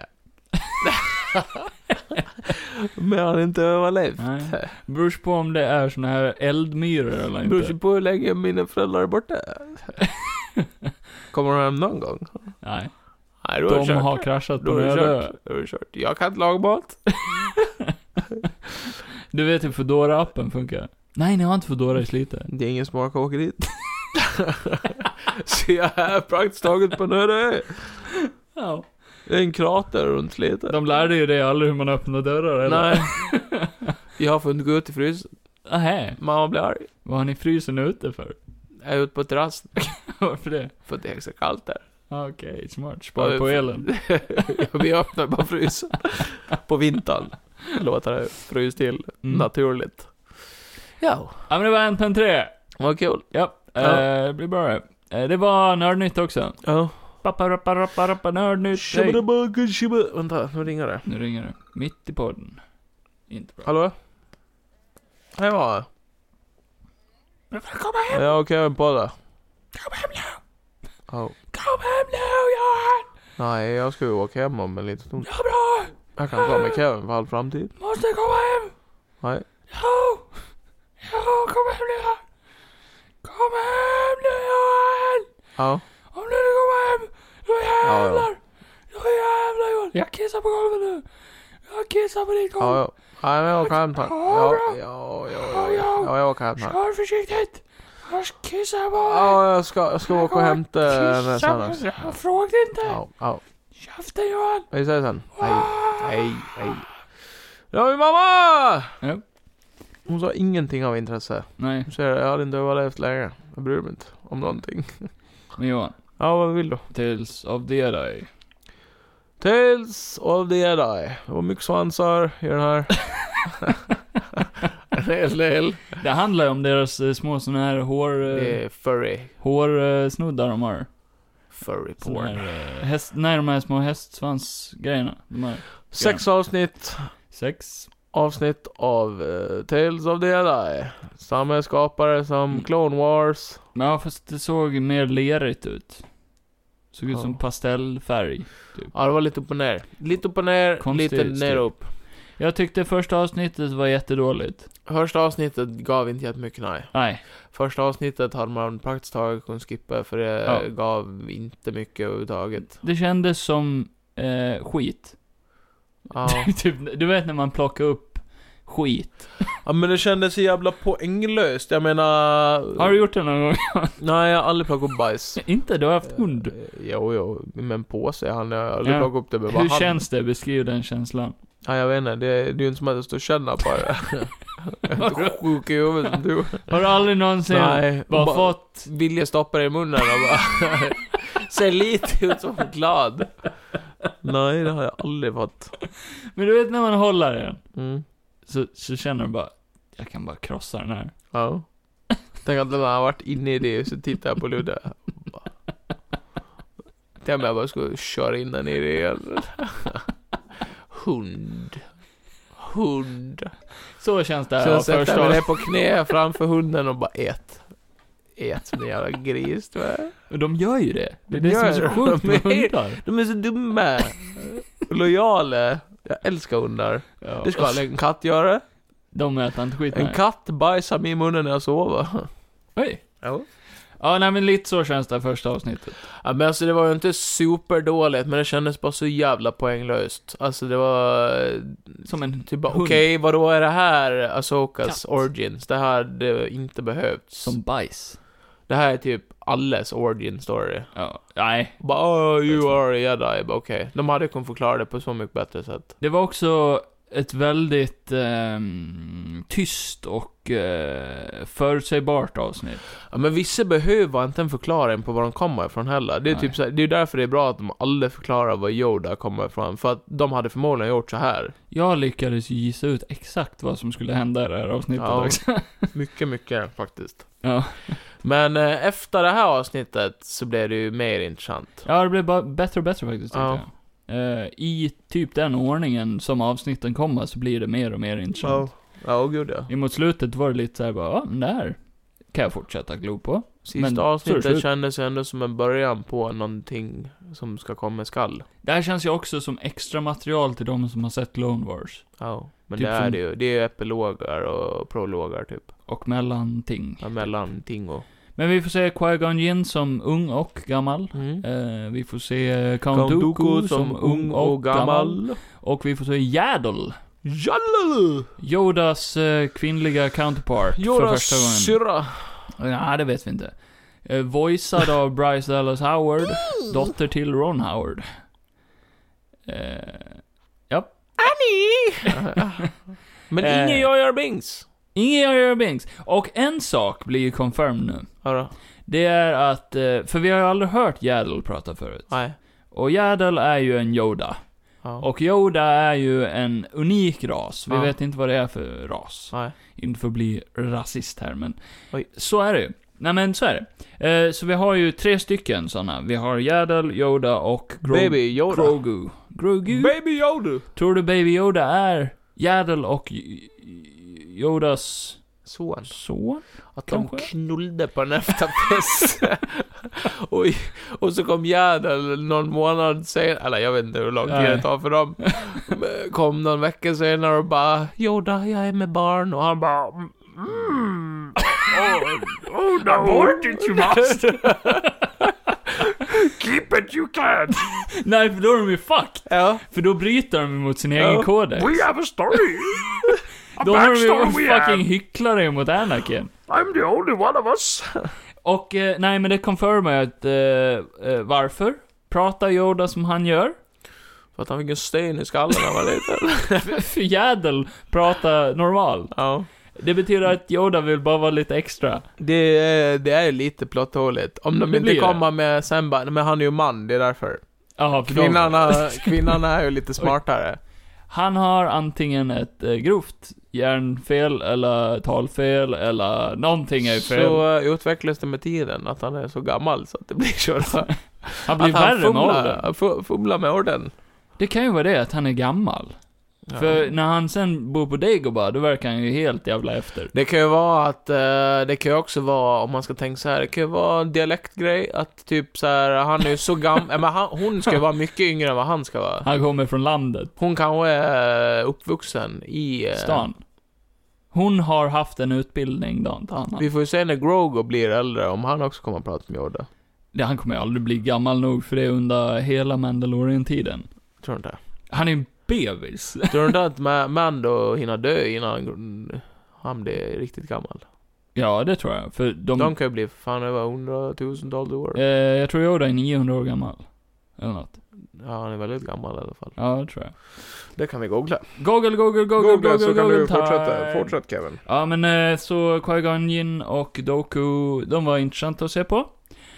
Men jag hade inte överlevt. Nej. Beror på om det är såna här eldmyror eller inte. Beror på hur länge mina föräldrar är borta. Kommer de hem någon gång? Nej. Nej, då de kört. har kraschat på då en är ö. det kört. Jag kan inte laga mat. Du vet hur Foodora-appen funkar? Nej, ni har inte Foodora i Slite. Det är ingen som orkar åka dit. Så jag är praktiskt taget på en ö. Ja. Det är en krater runt Slite. De lärde ju det aldrig hur man öppnar dörrar, eller? Nej. Jag får inte gå ut i frysen. Nähä. Mamma blir arg. Vad har ni frysen ute för? Jag är ute på terrassen. Varför det? För att det är så kallt där. Okej, smart. Spara på elen. Vi öppnar bara frysen. På vintern. Låter det frys till. Naturligt. Ja. Ja, men det var Ant-Man 3. Vad kul. Ja. Det blir bra. Det var nördnytt också. Ja. Rappa, nördnytt. Vänta, nu ringer det. Nu ringer det. Mitt i podden. Inte bra. Hallå? Hej, vad? Kom hem. Ja, okej, jag är på det. Kom hem nu. Oh. Kom hem nu, Johan. Nej, jag ska ju åka hem om en liten stund. Ja, bra. Jag kan ta med Kevin för all framtid. Måste komma hem. Nej. Jo, kom hem nu. Kom hem nu, Johan. Ja. Om du inte kommer hem, då jävlar. Ja. Då jävlar Johan. Jag kissar på golvet nu. Jag kissar på ditt golv. Ja. Ja, men jag åker hem tack. Ja, jag åker hem tack. Kör försiktigt. Annars kissar jag på. Ja, jag ska åka och hämta nästan. Jag frågade inte. Ja. Käften Johan. Vi säger sen. Hej. Ja, min mamma! Ja. Hon sa ingenting av intresse. Nej, Hon säger, jag hade inte överlevt länge. Jag bryr mig inte om någonting. men Johan. Ja, vad vill du? Tales of the Jedi. Tales of the Jedi. Det var mycket svansar i den här. En hel del. Det handlar ju om deras små såna här Det är furry. hårsnoddar de har. Furry Såna porn. här, de här små hästsvansgrejerna. De här 6 avsnitt. 6. Avsnitt av Tales of the Jedi. Samma skapare som Clone Wars. Ja, fast det såg mer lerigt ut. Såg ut Ja. som pastellfärg. Typ. Ja, det var lite upp och ner. Lite upp och ner, Konstigt lite ner och upp. Jag tyckte första avsnittet var jättedåligt. Första avsnittet gav inte jättemycket, nej. Nej. Första avsnittet hade man praktiskt taget kunnat skippa, för det gav inte mycket överhuvudtaget. Det kändes som skit. Ja. Typ, du vet när man plockar upp skit. Ja, men det kändes så jävla poänglöst. Jag menar... Har du gjort det någon gång? Nej, jag har aldrig plockat upp bajs. Inte? Du har haft hund. Jo, men på sig han har aldrig plockat upp det med bara Hur hand. känns det? Beskriv den känslan. Ja, jag vet inte. Det är ju inte som att jag står och känner på det. Jag är sjuk i huvudet som du. Har du aldrig någonsin bara fått... Vilja stoppa det i munnen och bara... ser lite ut som glad. Nej, det har jag aldrig fått. Men du vet när man håller den. Mm. Så känner du bara... Jag kan bara krossa den här. Ja. Tänk att den har varit inne i det, så tittar jag på Ludde. Tänk om jag bara skulle köra in den i det igen. Hund. Så känns det här. Så Ja, jag sätter första mig ner på knä framför hunden och bara ät som en jävla gris, tror jag. Men de gör ju det. Det är De det som är gör så det. sjukt med hundar. De är så dumma. Lojala. Jag älskar hundar. Ja. Det ska en katt göra. De äter inte skit. En katt bajsar mig i munnen när jag sover. Oj. Ja. Ja, nej men lite så känns det här första avsnittet. Ja, men alltså det var ju inte superdåligt, men det kändes bara så jävla poänglöst. Alltså det var... Som en typ bara, hund. okej, vadå är det här Ahsokas Katt. origins? Det här hade inte behövts. Som bajs. Det här är typ alles origin story. Ja, nej. Bara, you are a jedi. Okej. De hade kunnat förklara det på så mycket bättre sätt. Det var också ett väldigt tyst och förutsägbart avsnitt. Ja, men vissa behöver inte en förklaring på var de kommer ifrån heller. Det är Nej. typ så här, det är därför det är bra att de aldrig förklarar var Yoda kommer ifrån. För att de hade förmodligen gjort så här. Jag lyckades ju gissa ut exakt vad som skulle hända i det här avsnittet Ja. också. Mycket faktiskt. Ja. Men efter det här avsnittet så blev det ju mer intressant. Ja, det blev bara bättre och bättre faktiskt, tycker Ja. jag. I typ den ordningen som avsnitten kommer så blir det mer och mer intressant. Ja, gud ja. Emot slutet var det lite såhär bara, ja, men det här kan jag fortsätta glo på. Sista Men så är det avsnittet slut. kändes ändå som en början på någonting som ska komma skall. Det här känns ju också som extra material till de som har sett Clone Wars. Ja, men Typ det är som- det ju. Det är epiloger och prologer typ. Och mellanting. Ja, mellan ting och... Men vi får se Qui-Gon Jinn som ung och gammal. Vi får se Count Dooku som ung och gammal. Och vi får se Yaddle. Yaddle! Yodas kvinnliga counterpart för Yodas första gången. syrra. Ja, det vet vi inte. Voicead av Bryce Dallas Howard, dotter till Ron Howard. Ja. Annie! Men ingen Jar Jar Binks. Ingen Jar Jar Binks. Och en sak blir ju confirmed nu. Hörru. Det är att, för vi har ju aldrig hört Yaddle prata förut. Nej. Och Yaddle är ju en Yoda. Ja. Och Yoda är ju en unik ras. Vi Ja. vet inte vad det är för ras. Nej. Inte för att bli rasist här, men Oj. så är det ju. Nej, men så är det. Så vi har ju 3 stycken sådana. Vi har Yaddle, Yoda och Baby Yoda. Grogu. Grogu? Baby Yoda. Tror du Baby Yoda är Yaddle och Yodas son? Att de Kanske. knullde på en efterfest. och så kom Yaddle någon månad senare, eller jag vet inte hur lång tid det tar för dem. Kom någon vecka senare och bara, Yoda, jag är med barn. Och han bara, Abort it, you must! Keep it you can! Nej, för då är de ju fucked. Ja. För då bryter de mot sin egen kodex. We have a story! Då har de ju fucking hycklare mot Anakin. I'm the only one of us. Och, nej men det confirmar ju att, varför pratar Yoda som han gör? För att han fick en sten i skallen när han var liten. För Jädel pratar normalt. Ja. Det betyder att Yoda vill bara vara lite extra. Det är lite plotthåligt. Om de Det inte blir kommer med sen bara, men han är ju man, det är därför. Jaha, för Kvinnan är ju lite smartare. Han har antingen ett grovt hjärnfel eller talfel eller någonting är fel. Så utvecklas det med tiden att han är så gammal så att det blir så. Han blir värre med åldern. Fumlar med orden. Det kan ju vara det att han är gammal. Ja. För när han sen bor på Dagobah, då verkar han ju helt jävla efter. Det kan ju vara att, det kan ju också vara, om man ska tänka så här, det kan ju vara en dialektgrej, att typ så här, han är ju så gammal, men hon ska vara mycket yngre än vad han ska vara. Han kommer från landet. Hon kanske är uppvuxen i stan. Hon har haft en utbildning då, inte annat. Vi får ju se när Grogu blir äldre, om han också kommer att prata med Yoda. Han kommer ju aldrig bli gammal nog för det under hela Mandalorian-tiden. Tror inte. Han är en bebis. Tror du inte att Mando hinner dö innan han blir riktigt gammal? Ja, det tror jag. För de kan ju bli fan över 100,000 år. Jag tror Yoda är 900 år gammal. Eller något. Ja, han är väldigt gammal i alla fall. Ja, det tror jag. Det kan vi googla. Google, så kan du time. fortsätt Kevin. Ja, men så Qui-Gon Jinn och Dooku, de var intressanta att se på.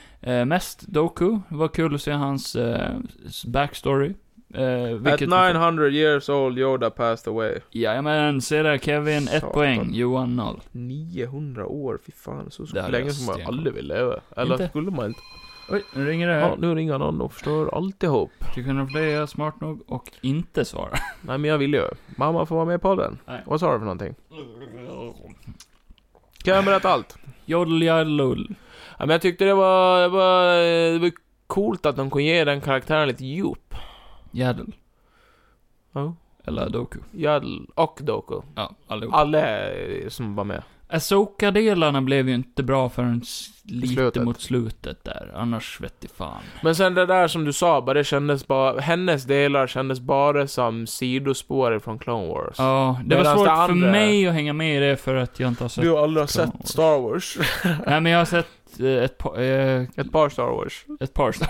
Mest Dooku, var kul att se hans backstory. At 900 years old Yoda passed away. Jajamän, se där Kevin, 1 poäng, Johan 0. 900 år, fy fan, så Det länge som man aldrig vill leva. Eller Inte. skulle man inte. Oj, nu ringer det här. Ja, nu ringer någon och förstör alltihop. Du kunde bli smart nog och inte svara. Nej, men jag vill ju. Mamma får vara med på den. Nej. Vad sa du för någonting? Kan jag berätta allt? Jodel. Ja, men jag tyckte det var coolt att de kunde ge den karaktären lite djup. Jädel. Ja. Eller Dooku. Jädel och Dooku. Ja, allihop. Alla som var med. Ahsoka-delarna blev ju inte bra förrän lite Slutet. mot slutet där. Annars vet jag fan. Men sen det där som du sa, bara det kändes bara, hennes delar kändes bara som sidospår från Clone Wars. Ja, det var Medan svårt det andra- för mig att hänga med i det för att jag inte har sett. Du har aldrig Clone sett Wars. Star Wars. Nej, men jag har sett Ett par Star Wars. ett par Star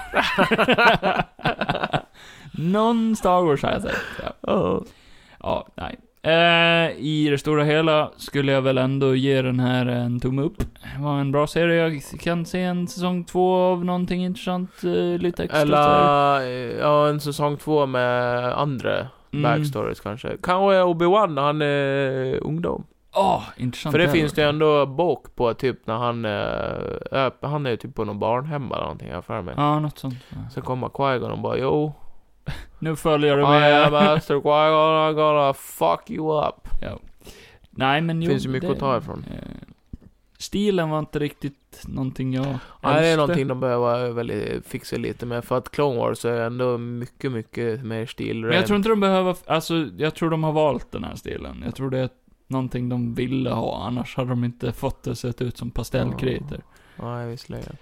Någon Star Wars har jag sett. Ja, ja nej. I det stora hela skulle jag väl ändå ge den här en tumme upp. Det var en bra serie. Jag kan se en säsong 2 av någonting intressant, lite extra. Eller, ja, en säsong 2 med andra backstories kanske. Kanske Obi-Wan när han är ungdom. Intressant. För det finns det ändå bok på typ när han är typ på någon barnhem eller någonting, jag för mig. Ja, något sånt. Ja. Så kommer Qui-Gon och bara, jo, Nu följer du I am med. Master Qui-Gon, I'm gonna fuck you up. Ja. Nej, men Det finns ju mycket att ta ifrån. Stilen var inte riktigt någonting jag Nej, det är älskade. någonting de behöver väl fixa lite med. För att Clone Wars är ändå mycket, mycket mer stil. Men jag tror inte de behöver, alltså jag tror de har valt den här stilen. Jag tror det är någonting de ville ha, annars hade de inte fått det sett ut som pastellkritor. Nej, visserligen.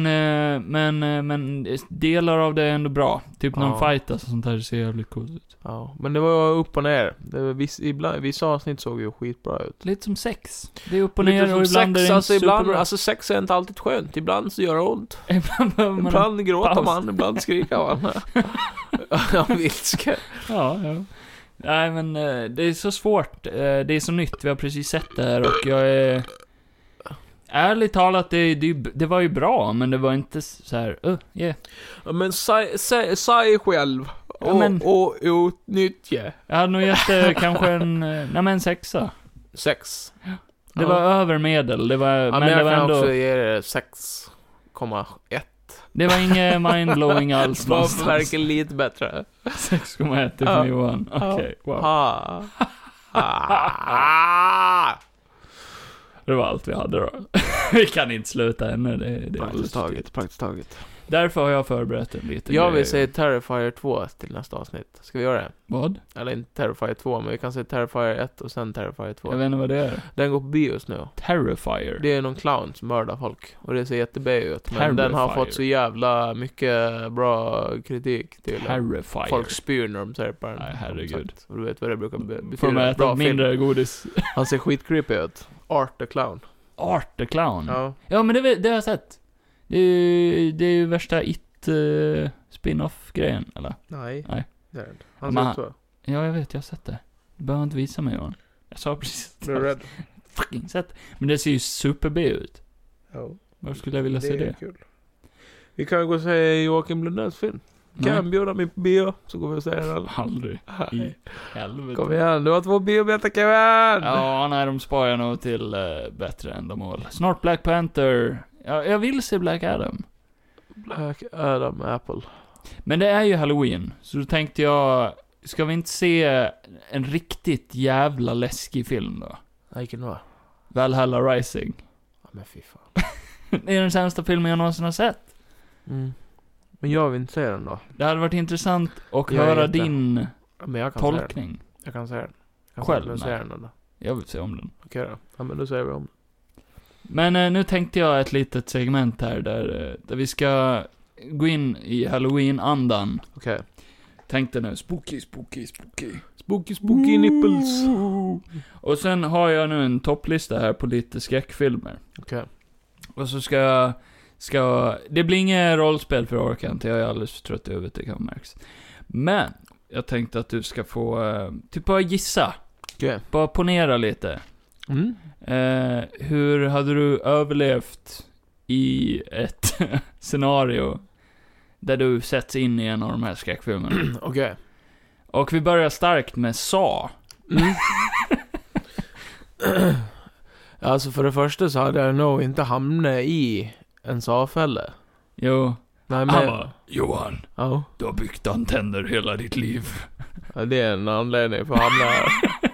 Men delar av det är ändå bra. Typ när de Ja. fightas och sånt där ser jävligt coolt ut. Ja, men det var upp och ner. Det var vissa avsnitt såg ju skitbra ut. Lite som sex. Det är upp och Lite ner som och ibland är det alltså, inte ibland, superbra. alltså sex är inte alltid skönt. Ibland så gör det ont. Ibland behöver man Ibland gråter paus. man, ibland skriker man. Ja, vilska. Ja. Nej, men det är så svårt. Det är så nytt. Vi har precis sett det här och jag är... Ärligt talat, det var ju bra, men det var inte så här, yeah. Men säg själv. Ja, men- Och utnyttja. Jag hade nog gett det kanske en 6. Sex. Det var över medel, det var, Ja, men men det jag var kan ändå, också ge det 6,1. det var inget mindblowing alls Det var någonstans. verkligen lite bättre. 6,1 Ja. för Johan. Okej, wow. Det var allt vi hade då. Vi kan inte sluta ännu, det är Praktiskt taget. Därför har jag förberett en lite Jag grej. vill säga Terrifier 2 till nästa avsnitt. Ska vi göra det? Vad? Eller inte Terrifier 2, men vi kan säga Terrifier 1 och sen Terrifier 2. Jag vet inte vad det är. Den går på bios nu. Terrifier. Det är någon clown som mördar folk. Och det ser jättebra ut. Men den har fått så jävla mycket bra kritik till. Terrifier. Folk spyr när de ser på den. Nej, herregud. Och du vet vad det brukar Får betyda. de äta mindre godis? Han ser skitcreepy ut. Art the Clown. Art the Clown. Ja. Ja, men det har jag sett. Det är ju värsta spin-off-grejen, eller? Nej. Nej. Det är det inte. Han Men ser ut så. Ja, jag vet, jag har sett det. Du behöver inte visa mig, Johan. Jag sa precis att Du är rädd. fucking sett. Men det ser ju super-B ut. Ja. Varför skulle jag vilja se är det? kul. Vi kan gå och se Joakim Lundells film. Kan jag bjuda mig på bio, så går vi och säger den. Aldrig. I helvete. Kom igen, du har 2 biobiljetter, Kevin! Ja, nej, de sparar nog till bättre ändamål. Snart Black Panther. Ja, jag vill se Black Adam. Black Adam Apple. Men det är ju Halloween. Så då tänkte jag, ska vi inte se en riktigt jävla läskig film då? Vilken då? Valhalla Rising. Ja, men fy fan. Det är den sämsta filmen jag någonsin har sett. Mm. Men jag vill inte se den då. Det hade varit intressant att Jag höra vet det. din Men jag kan tolkning. se den. Jag kan se den. Själv, se nej. den då. Jag vill se om den. Okej då. Ja, men då säger vi om. Men nu tänkte jag ett litet segment här där vi ska gå in i Halloween-andan. Okej. Tänkte nu, spooky, spooky, spooky. Spooky, spooky nipples. Och sen har jag nu en topplista här på lite skräckfilmer. Okej. Och så det blir inget rollspel för orkan inte, jag är alldeles för trött i huvudet, det kan märks. Men jag tänkte att du ska få typ bara gissa. Okej. Bara ponera lite. Mm. Hur hade du överlevt i ett scenario där du sätts in i en av de här skräckfilmerna? Okej. Och vi börjar starkt med Saw. Mm. Alltså för det första så hade jag nog inte hamnat i en Saw-fälla. Jo. Nej, men... Han bara, Johan, Ja. du har byggt antenner hela ditt liv. Ja, det är en anledning för att hamna här.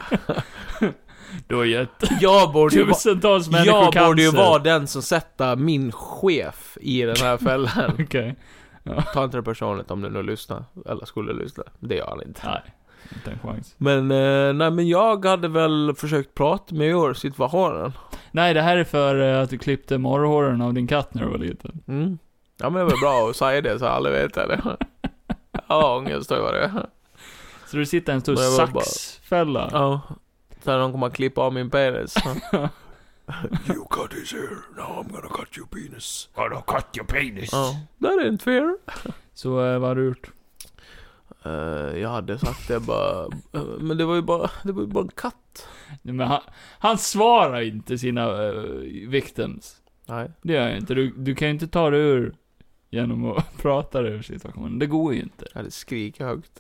Du har gett Jag borde ju tusentals människor jag cancer. borde ju vara den som sätter min chef i den här fällan. Okej. Ta inte det personligt om du nu lyssnar. Eller skulle lyssna. Det gör han inte. Nej, inte en chans. Men, nej men jag hade väl försökt prata med ur situationen. Nej, det här är för att du klippte morrhåren av din katt när du var liten. Mm. Ja men det var bra att säga det så alla vet det. Ja, ångest var det. Så du sitter i en stor Men jag var saxfälla. Ja. Sen de kommer att klippa av min penis. You cut his hair, now I'm gonna cut your penis. Gonna cut your penis. Ja. Det är inte fair. Så vad har du gjort? Jag hade sagt det bara. Men det var ju bara en katt. Nej, men han svarar inte sina victims. Nej. Det gör jag inte. Du kan ju inte ta det ur genom att prata det ur situationen. Det går ju inte. Jag hade skrikit högt.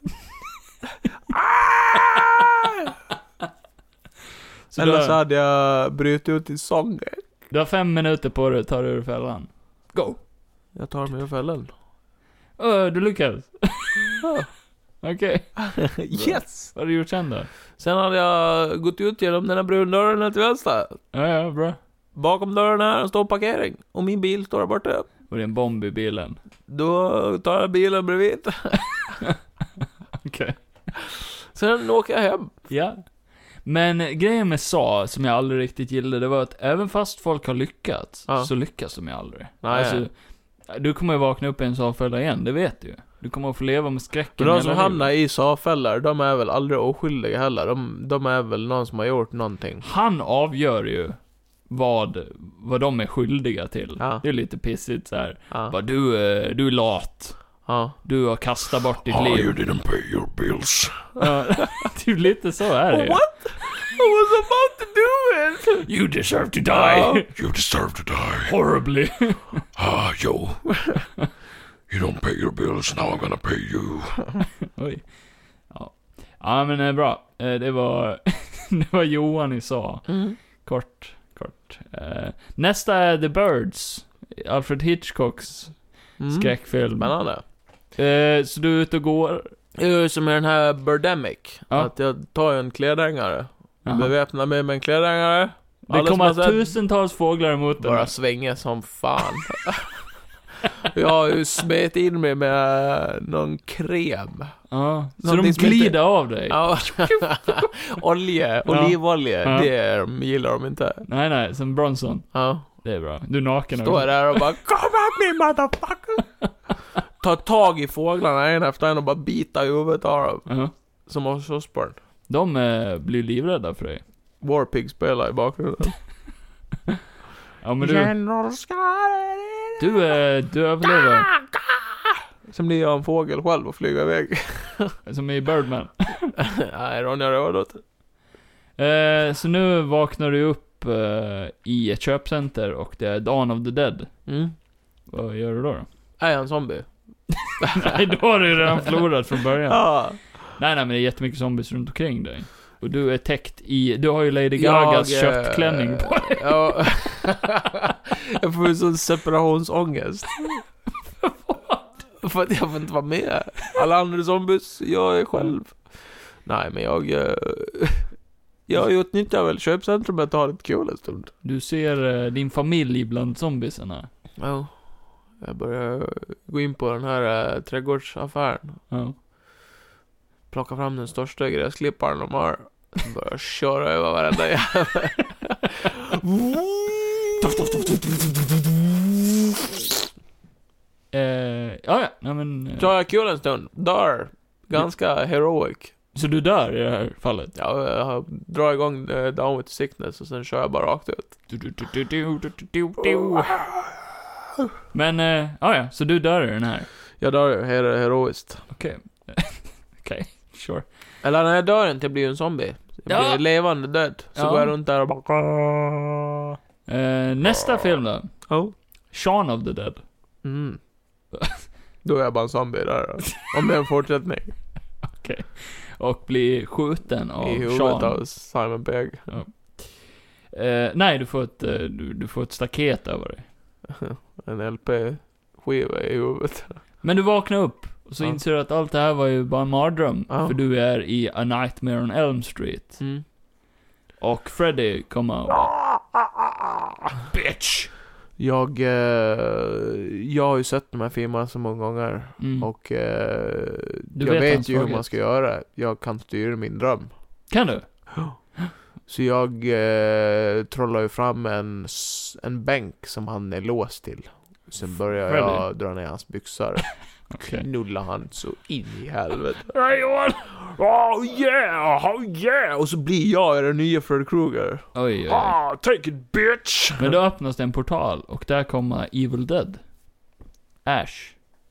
Så Eller då, så hade jag brutit ut i sång. du har 5 minuter på dig att ta det ur fällan. Go! Jag tar mig ur fällan. Du lyckades. Okej. Yes! Vad har du gjort sen då? Sen hade jag gått ut genom den här brundörren till vänster. Ja, bra. Bakom dörren här en stor parkering. Och min bil står där borta. Och det är en bomb i bilen. Då tar jag bilen bredvid. Okej. Sen åker jag hem. Ja. Men grejen med Saw, som jag aldrig riktigt gillade, det var att även fast folk har lyckats, så lyckas de ju aldrig. Nej. Alltså, du kommer ju vakna upp i en Saw-fälla igen, det vet du ju. Du kommer att få leva med skräcken. Men de som hamnar i Saw-fällor, de är väl aldrig oskyldiga heller. De är väl någon som har gjort någonting. Han avgör ju vad de är skyldiga till. Ja. Det är lite pissigt så här. Ja. Bara, du är lat. Ja. Du har kastat bort ditt Oh, liv. you didn't pay your bills. Ja, typ lite så är det ju. What? I was about to do it! You deserve to die. You deserve to die. Horribly. Yo. You don't pay your bills, now I'm gonna pay you. Oj. Ja, men bra. Det var det var Johan i Saw. Mm. Kort. Nästa är The Birds. Alfred Hitchcocks skräckfilm. Spännande. Så du är ute och går. Som är den här Birdemic. Ja. Att jag tar en klädhängare. Jaha. Beväpnar mig med en klädhängare. Det kommer tusentals fåglar emot dig. Bara svänga som fan. Jag har ju smet in mig med någon kräm. Ja, så Någonting de som inte- glider av dig. Ja. Olivolja, Ja. det gillar de inte. Nej, som Bronson. Ja. Det är bra. Du är naken Står också. där och bara come at me motherfucker. Ta tag i fåglarna en efter en och bara bita i huvudet av dem. Ja. Som Ozzy Osbourne. De blir livrädda för dig. Warpig spelar i bakgrunden. Ja, men du överlever. Sen blir jag en fågel själv och flyger iväg. Som i Birdman. Nej, Ronja Rödot. Så nu vaknar du upp i ett köpcenter och det är Dawn of the Dead. Vad gör du då? Är jag en zombie? Nej, då har du ju redan förlorat från början. Ja. Nej, men det är jättemycket zombies runt omkring dig. Och du är täckt i... Du har ju Lady Gagas köttklänning på dig. Ja. Jag får ju sån separationsångest. För att jag får inte vara med. Alla andra zombies, jag är själv. Nej, men jag utnyttjar väl köpcentrumet och har lite kul en stund. Du ser din familj bland zombiesarna. Ja. Jag börjar gå in på den här trädgårdsaffären. Ja. Plocka fram den största gräsklipparen de har. Börjar köra över varenda jävel. Ja. Nej, men... Så har jag kul en stund. Dör. Ganska heroic. Så du dör i det här fallet? Ja, jag drar igång Down with Sickness och sen kör jag bara rakt ut. Men, ja, så du dör i den här? Jag dör heroiskt. Okej, sure. Eller när jag dör inte, jag blir ju en zombie. Jag blir levande död. Så går jag runt där och bara... Nästa film då? Oh. Shaun of the Dead. Då är jag bara en zombie där då. Om det är en fortsättning. Okej. Och blir skjuten av I huvudet Shaun. av Simon Pegg. Nej, du får ett staket över dig. En LP-skiva i huvudet. Men du vaknar upp och så inser du att allt det här var ju bara en mardröm. Ja. För du är i A Nightmare on Elm Street. Och Freddy kommer och bitch! Jag har ju sett de här filmerna så många gånger. Och jag vet ju hur man ska göra. Jag kan styra min dröm. Kan du? Så jag trollar ju fram en bänk som han är låst till. Sen börjar jag dra ner hans byxor. Knulla han så in i helvete. Oh yeah! Och så blir jag den nya Freddy Krueger. Oj. Take it bitch! Men då öppnas det en portal och där kommer Evil Dead. Ash.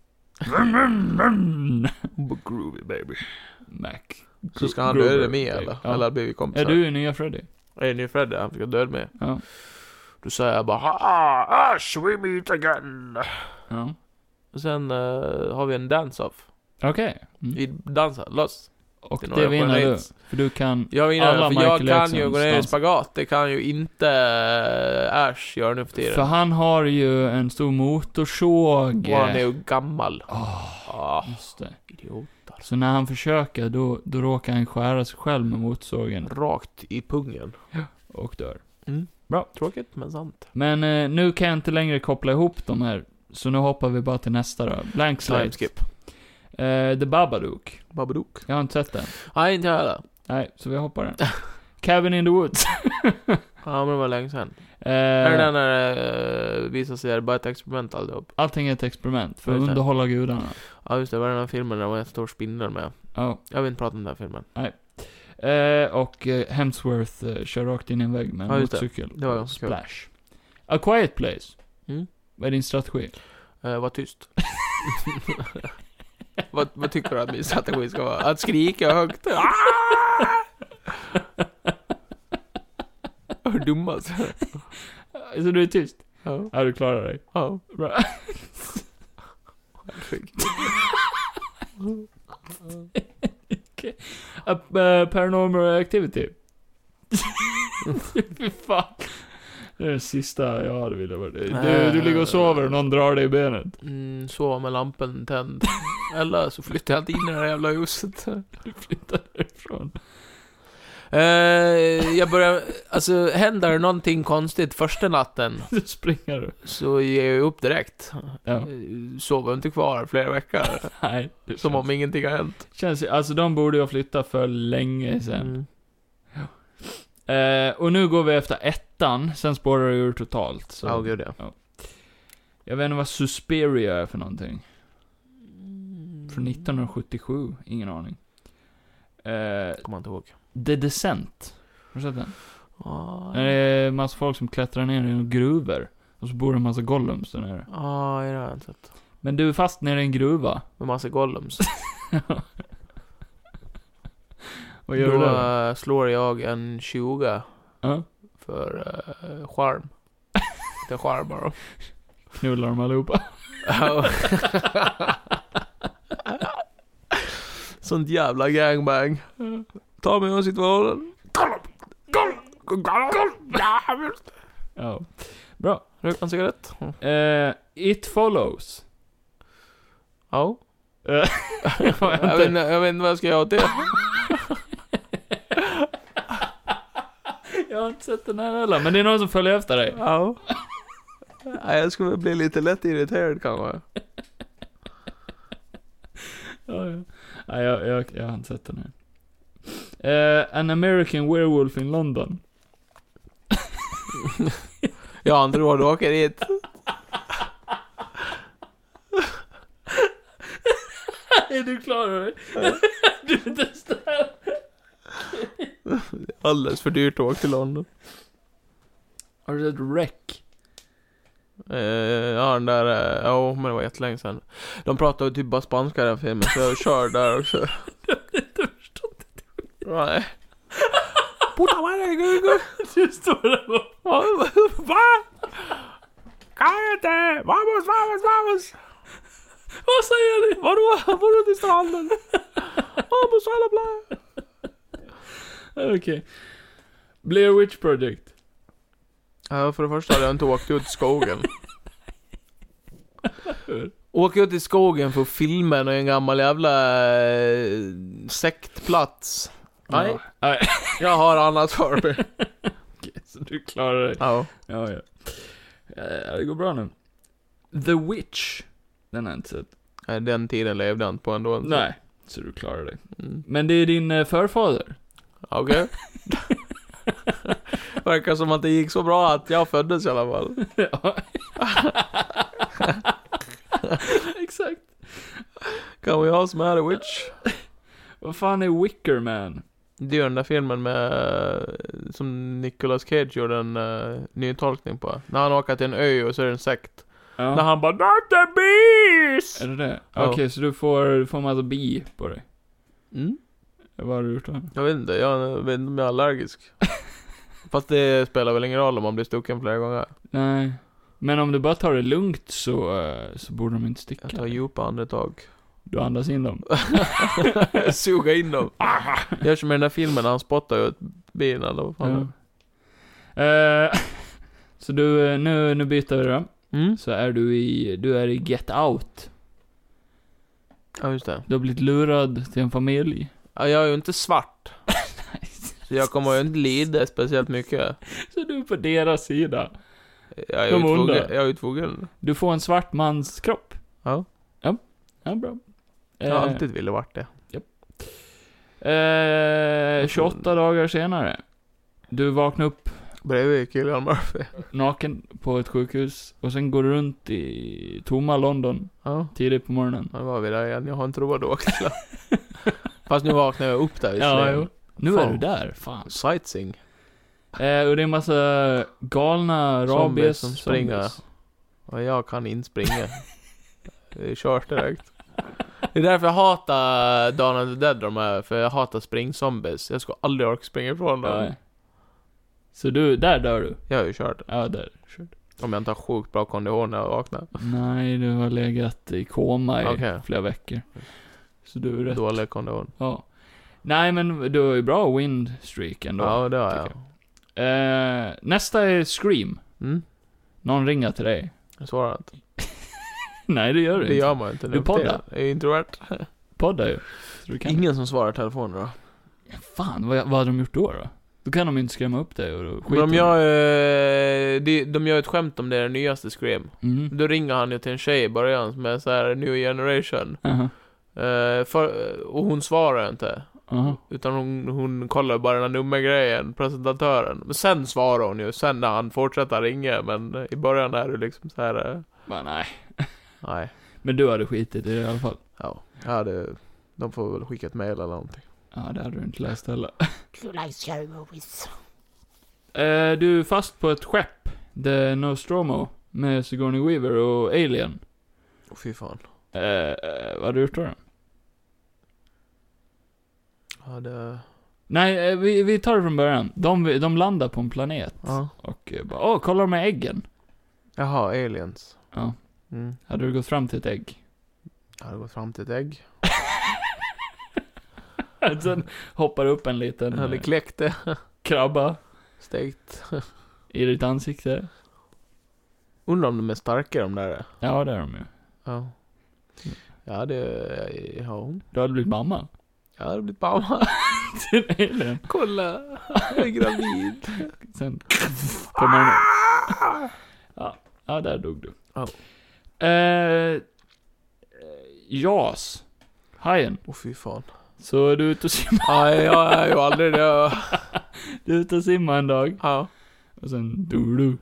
Groovy baby. Mac. Så ska han döda mig eller? Ja. Eller blir vi kompisar? Är du nya Freddy? Jag är ny Freddy, han ska döda mig. Ja. Då säger jag bara Ash, we meet again. Ja. Och sen har vi en dance-off. Okej. Vi dansar loss. Och det vinner du. För du kan jag vinner, alla för Michael jag kan ju gå ner i Jacksons spagat. Det kan ju inte Ash göra nu för tiden. För han har ju en stor motorsåg. Och han är ju gammal. Just det. Idiotar. Så när han försöker, då råkar han skära sig själv med motorsågen. Rakt i pungen. Och dör. Bra. Tråkigt, men sant. Men nu kan jag inte längre koppla ihop de här. Så nu hoppar vi bara till nästa då. Blank Slate. Timeskip. The Babadook. Babadook. Jag har inte sett den. Nej, inte jag heller. Nej, så vi hoppar den. Cabin in the Woods. Ja, men det var länge sedan. Är det den när visar sig bara ett experiment alltihop? Allting är ett experiment för att underhålla gudarna. Ja, just det. Var den här filmen där var en stor spindel med. Ja. Jag vill inte prata om den här filmen. Nej. Och Hemsworth kör rakt in i en vägg med en motorcykel. Det var ganska Splash. A Quiet Place. Vad är din strategi? Var tyst. Vad tycker du att min strategi ska vara? Att skrika högt. Hur dummas. Så du är tyst? Ja. Ja, du klarar dig. Ja. Bra. Okay. Paranormal Activity. Fy fan. Det är det sista jag hade velat vara. Du ligger och sover och någon drar dig i benet. Sova med lampen tänd. Eller så flyttar jag inte in i det här jävla huset. Du flyttar därifrån. Jag börjar, alltså händer någonting konstigt första natten Då springer du. så ger jag upp direkt. Ja. Sover inte kvar flera veckor. Nej, det Som känns, om ingenting har hänt. känns, alltså de borde ju ha flyttat för länge sedan. Och nu går vi efter ettan, sen spårar det ur totalt. Så. Ja, gud ja. Jag vet inte vad Suspiria är för någonting. Från 1977, ingen aning. Kommer inte ihåg. The Descent. Har du sett den? Ja, Det är massa folk som klättrar ner i gruvor. Och så bor det en massa gollums där nere. det har jag inte sett. Men du är fast nere i en gruva. Med massa gollums. Vad gör du Då där? slår jag en 20 Ja, för charm. Det är charm bara. knullar de allihopa. Sånt jävla gangbang. Ta mig ur situationen. Ja. Bra. Rök en cigarett. It Follows. Ja. Jag Jag vet inte vad jag ska göra åt det. Jag har inte sett den här heller, men det är någon som följer efter dig. Ja. Nej, jag skulle bli lite lätt irriterad kanske. Ja. Nej, jag har inte sett den här. An American Werewolf in London. Jag har inte råd att åka dit. Är du klar dig? Du är inte där. Alldeles för dyrt att åka till London. Har du sett Wreck? Ja, den där... Ja, men det var jättelänge sedan. De pratade typ bara spanska i den filmen, så jag kör där också. Du har inte förstått det. Nej. Puta madre, gud. Du står där och... Va? Cállate! Vamos! Vad säger ni? Vadå till stranden? Vamos a la playa. Okej. Blair Witch Project. Ja, för det första hade jag inte åkt ut i skogen. Åka ut i skogen för filmen och en gammal jävla sektplats. Nej, Ja. Nej. jag har annat för mig. Okej, så du klarar dig. Ja. Ja. Det går bra nu. The Witch. Den har jag inte sett. Nej, den tiden levde jag inte på ändå. Nej, så du klarar dig. Mm. Men det är din förfader. Okej. Verkar som att det gick så bra att jag föddes i alla fall. Ja. Exakt. Kan vi ha som är The Witch? Vad fan är Wicker Man? Det är ju den där filmen med som Nicolas Cage gjorde en ny tolkning på. När han åker till en ö och så är det en sekt. Ja. När han bara not the bees! Är det det? Ja. Okej, så du får en massa bi på dig. Mm. Vad har du gjort då? Jag vet inte om jag är allergisk. Fast det spelar väl ingen roll om man blir stucken flera gånger. Nej. Men om du bara tar det lugnt så borde de inte sticka. Jag tar djupa andetag. Du andas in dem. Suga in dem. Gör som i den där filmen när han spottar ut bin eller vad fan. Ja. Så du, nu byter vi då. Mm? Så är du är i Get Out. Ja, just det. Du har blivit lurad till en familj. Ja, jag är ju inte svart. Så jag kommer ju inte lida speciellt mycket. Så du är på deras sida. Jag är De onda. Jag är ju tvungen. Du får en svart mans kropp. Ja. Ja, bra. Jag har alltid ville varit det. 28 dagar senare. Du vaknar upp Bredvid Cillian Murphy. naken på ett sjukhus. Och sen går du runt i tomma London. Ja. Tidigt på morgonen. Nu var vi där igen. Jag har inte råd att åka till. Fast nu vaknar jag upp där. Ja, jo. Nu Fan. är du där, fan. Sightseeing. Och det är en massa galna Zombies rabies som springer. Och jag kan inte springa. Det är kört direkt. Det är därför jag hatar Dawn of the Dead, de här, för jag hatar springzombies. Jag ska aldrig orka springa ifrån dem. Ja. Så där dör du. Jag har ju kört. Ja, där. Kört. Om jag inte har sjukt bra kondition när jag vaknar. Nej, du har legat i koma i Okej. flera veckor. Så du är rätt. Dålig kondition. Ja. Nej, men du har ju bra windstreak ändå. Ja, det har jag. tycker jag. Nästa är Scream. Mm. Någon ringer till dig. Jag svarar inte. Nej, det gör du Det inte. gör man inte. Du poddar. Jag är introvert. Poddar ju. Så du kan Ingen som svarar telefonen då. Fan, vad hade de gjort då? Då kan de inte skrämma upp dig och skita. Men de gör ett skämt om det nyaste Scream. Då ringer han ju till en tjej i början som är så här New Generation. Och hon svarar inte. Utan hon kollar bara den här nummergrejen, presentatören. Men sen svarar hon ju, sen när han fortsätter ringa. Men i början är det liksom så här. Bara nej. Men du hade skitit i det i alla fall. Ja, de får väl skicka ett mejl eller någonting. Ja, det hade du inte läst heller. Nice. Du är fast på ett skepp. The Nostromo. Med Sigourney Weaver och Alien. Fy fan. Vad har du gjort då? Ja, Nej, vi tar det från början. De landar på en planet. Och bara, kolla de här äggen. Jaha, aliens. Ja. Hade du gått fram till ett ägg? Jag hade gått fram till ett ägg. Sen hoppar upp en liten... hade kläckt det. Krabba. Stekt. I ditt ansikte. Undrar om de är starka de där. Ja, det är de ju. Ja. Ja, ja. Du hade blivit mamma. Jag hade blivit mamma. Kolla, jag är gravid. Sen kommer den. Ja, där dog du. Jas. Hajen. Fy fan. Så är du ute och simmar. Nej, jag är ju aldrig det. Du är ute och simmar en dag. Ja. Och sen du.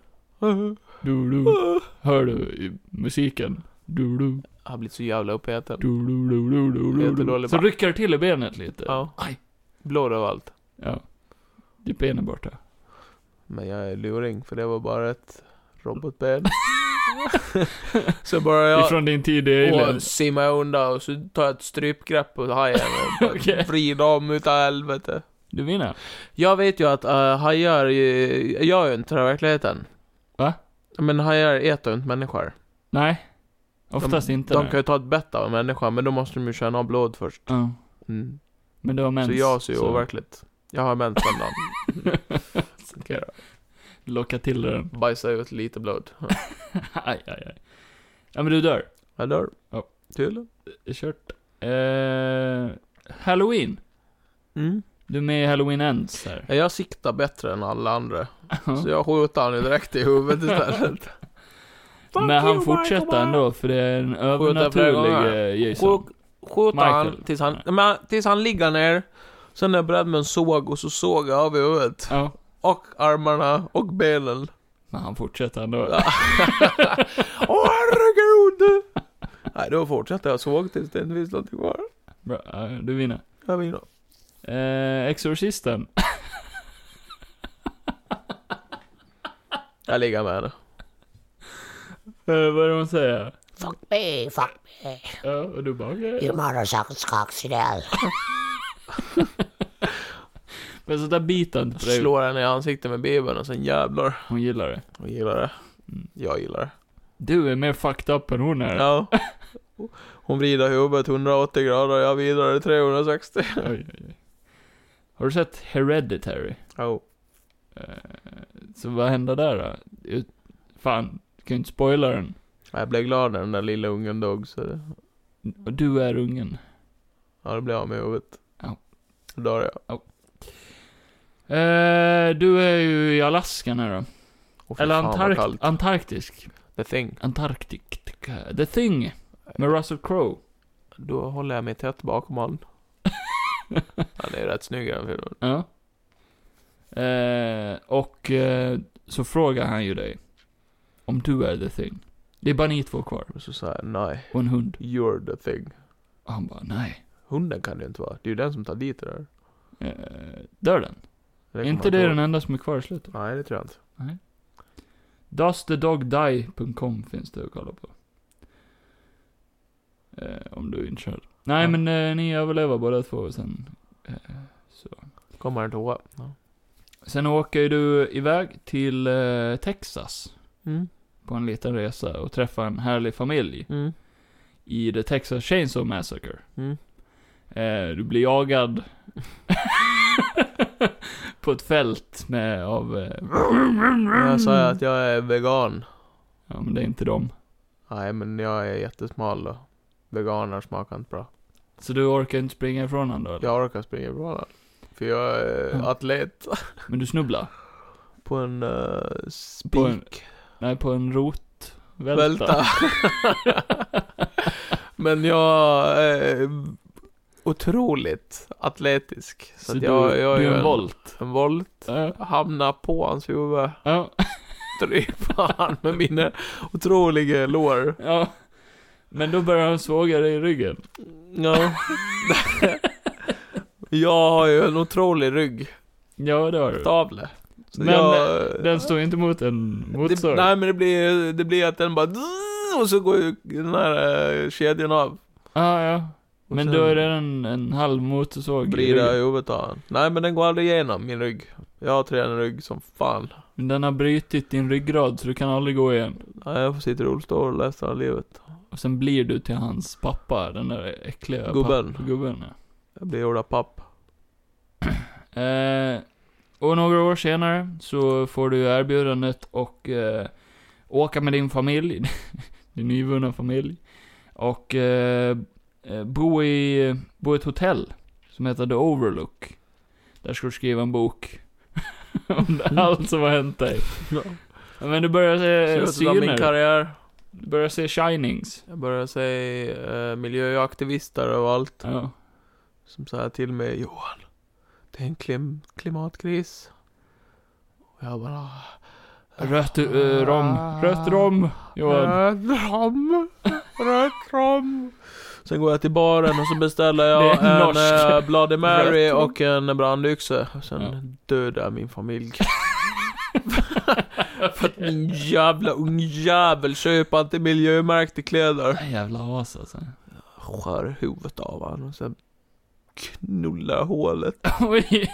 Hör du i musiken? Du. Jag har blivit så jävla uppheten. Du. Så rycker det till i benet lite. Ja. Aj. Blod överallt. Ja. Ditt ben är borta. Men jag är luring, för det var bara ett robotben. Så börjar jag ifrån din tid i Alien. Och simma undan och så tar jag ett strypgrepp på hajen och okay. Vrider om utav helvete. Du vinner. Jag vet ju att hajar gör ju inte det i verkligheten. Va? Men hajar äter ju inte människor. Nej. Oftast inte. De kan ju ta ett bett av en människa, men då måste de ju känna av blod först. Men det var mens. Så jag ser ju overkligt. Jag har mens en dag. Okay. Locka till den. Bajsa ut lite blod. aj. Ja, men du dör. Jag dör. Ja. Tydligen. Kört. Halloween. Du är med i Halloween Ends här. Jag siktar bättre än alla andra. Så jag skjuter han ju direkt i huvudet istället. Men han fortsätter ändå, för det är en övernaturlig Jason. Skjuter han tills han ligger ner. Sen är jag beredd med en såg och så såg jag av i huvudet. Ja. Och armarna och benen. Men han fortsätter ändå. Åh, herregud! Nej, då fortsätter jag såg tills det inte finns någonting kvar. Bra, du vinner. Jag vinner. Exorcisten. Jag ligger med henne. Vad är det hon säger? Fuck me. Ja, och du bara okay. You motherfucking cocksidell. Men så där bitar inte på dig. Slår henne i ansiktet med bibeln och sen jävlar. Hon gillar det. Hon gillar det. Jag gillar det. Du är mer fucked up än hon är. Ja. Hon vrider huvudet 180 grader och jag vidare 360. Oj. Har du sett Hereditary? Ja. Så vad händer där då? Fan, du kan ju inte spoila den. Jag blev glad när den där lilla ungen dog. Så det... Och du är ungen. Ja, det blev jag med huvudet. Ja. Då dör jag. Ja. Du är ju i Alaska nu då. Eller Antarktisk. The Thing. The Thing. Med Russell Crowe. Då håller jag mig tätt bakom honom. Han är rätt snygg i den filmen. Ja. Och så frågar han ju dig om du är The Thing. Det är bara ni två kvar. Och så säger nej. Och en hund. You're the thing. Och han bara, nej. Hunden kan det inte vara. Det är ju den som tar dit det där. Dör den? Är inte det den enda som är kvar i slutet? Nej, det tror jag inte. Nej. Doesthedogdie.com finns det att kolla på. Om du är inkörd. Nej, men ni överlever båda två och sen så. Kommer inte ihåg. Ja. Sen åker du iväg till Texas. På en liten resa och träffar en härlig familj. I The Texas Chainsaw Massacre. Du blir jagad på ett fält med Jag sa att jag är vegan. Ja, men det är inte dem. Nej, men jag är jättesmal då. Veganer smakar inte bra. Så du orkar inte springa ifrån han då? Eller? Jag orkar springa ifrån han. För jag är atlet. Men du snubblar? På en spik. På en rotvälta. Välta. Men jag är otroligt atletisk. Så att jag du är gör en volt. En volt. Ja. Hamnar på hans huvud. Ja. Strypa han med mina otroliga lår. Ja. Men då börjar han såga dig i ryggen. Ja. Jag har ju en otrolig rygg. Ja, det har du. Tavle. Så Men den står inte mot en motsåg. nej, men det blir att den bara... Och så går ju den här kedjan av. Ja. Men sen då är det en halv motorsåg i blir det ryggen. i huvudet av han. Nej, men den går aldrig igenom min rygg. Jag har tränat rygg som fan. Men den har brytit din ryggrad så du kan aldrig gå igen. Nej, jag får sitta i rullstol resten av livet. Och sen blir du till hans pappa, den där äckliga Gubben. Gubben, ja. Jag blir gjord av papp. Och några år senare så får du erbjudandet och åka med din familj, din nyvunna familj, och bo i ett hotell som heter The Overlook. Där ska du skriva en bok om allt som har hänt dig. Ja. Men du börjar se Slutet av min syner. karriär. Du börjar se shinings. Jag börjar se miljöaktivister och allt. Ja. Som säger till mig, Johan, det är en klimatkris. Och jag bara... Rött rom, Johan. Rött rom. Sen går jag till baren och så beställer jag Det är en Bloody Mary Rött rom. och en brandyxe. Och sen Ja. dödar jag min familj. För att min jävla ungjävel köper inte miljömärkta kläder. Jävla as alltså. Skär huvudet av han och sen knullar hålet. Oj.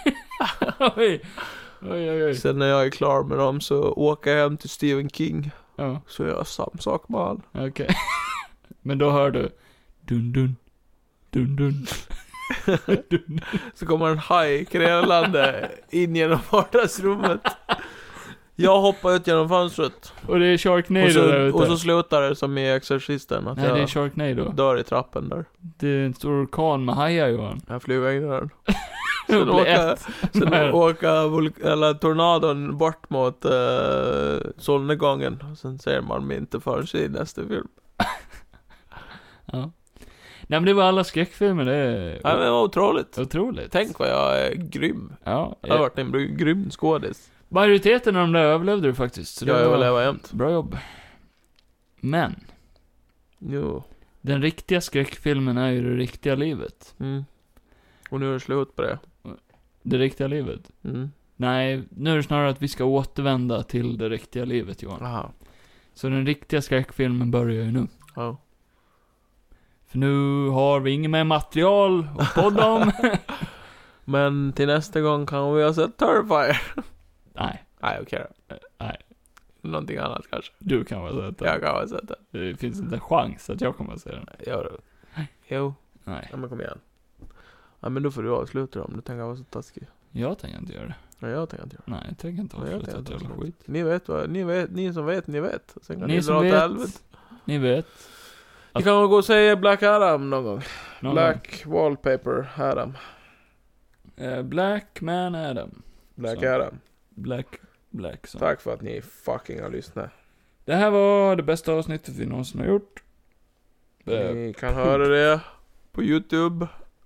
Oj. Sen när jag är klar med dem så åker jag hem till Stephen King. Ja, Så gör jag samma sak med han. okej. Men då hör du dun dun dun dun. Dun. Så kommer en haj krälande in genom vardagsrummet. Jag hoppar ut genom fönstret. Och det är Sharknado där ute. Och så slutar det som i Exorcisten. Att Nej, det är jag Sharknado. dör i trappen där. Det är en stor orkan med hajar, Johan. Jag flyger in i den. Det Sen blir åker tornadon bort mot solnedgången. Och sen ser man mig inte förrän i nästa film. Ja. Nej, men det var alla skräckfilmer, det är Ja, men det var otroligt. otroligt. Tänk vad jag är grym. Ja, Jag har varit en grym skådis. majoriteten av de där överlevde du faktiskt. Så det Jag var överlever jämt. bra jobb. Men Jo. den riktiga skräckfilmen är ju det riktiga livet. Mm. Och nu är det slut på det. Det riktiga livet. Mm. Nej, nu är det snarare att vi ska återvända till det riktiga livet, Johan. Aha. Så den riktiga skräckfilmen börjar ju nu. Ja. För nu har vi inget mer material att podda om. Men till nästa gång kan vi ha sett Terrifier. Nej, Nej, okej då. nej. Någonting annat kanske. Du kan vara så att Jag kan ha sett det. det finns inte en chans att jag kommer att se den. Ja, då. Jo. Nej, Ja, men kom igen. Ja, men då får du avsluta dem. Du tänker vara så taskig. jag tänker inte göra det. Ja, jag tänker inte göra det. Nej, jag tänker inte Nej, jag avsluta tänker ett inte jävla skit. Ni som vet, ni vet. Sen kan Ni ni som dra till vet, helvete. ni vet. Vi kan väl gå och säga Black Adam någon gång. Någon Black Wallpaper Adam. gång. Black Man Adam. Black Så. Adam. Black så. Tack för att ni fucking har lyssnat. Det här var det bästa avsnittet vi någonsin har gjort. Ni kan höra det på YouTube.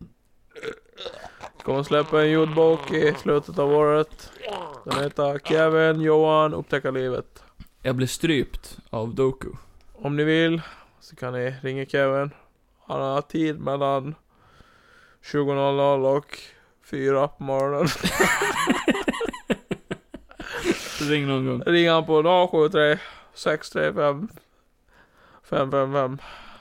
Kommer släppa en ljudbok i slutet av året. Den heter Kevin Johan upptäcker livet. Jag blev strypt av Doku. Om ni vill så kan ni ringa Kevin. Han har tid mellan 20.00 och 4 på morgonen. Ring någon gång. Ring han på 073 635 555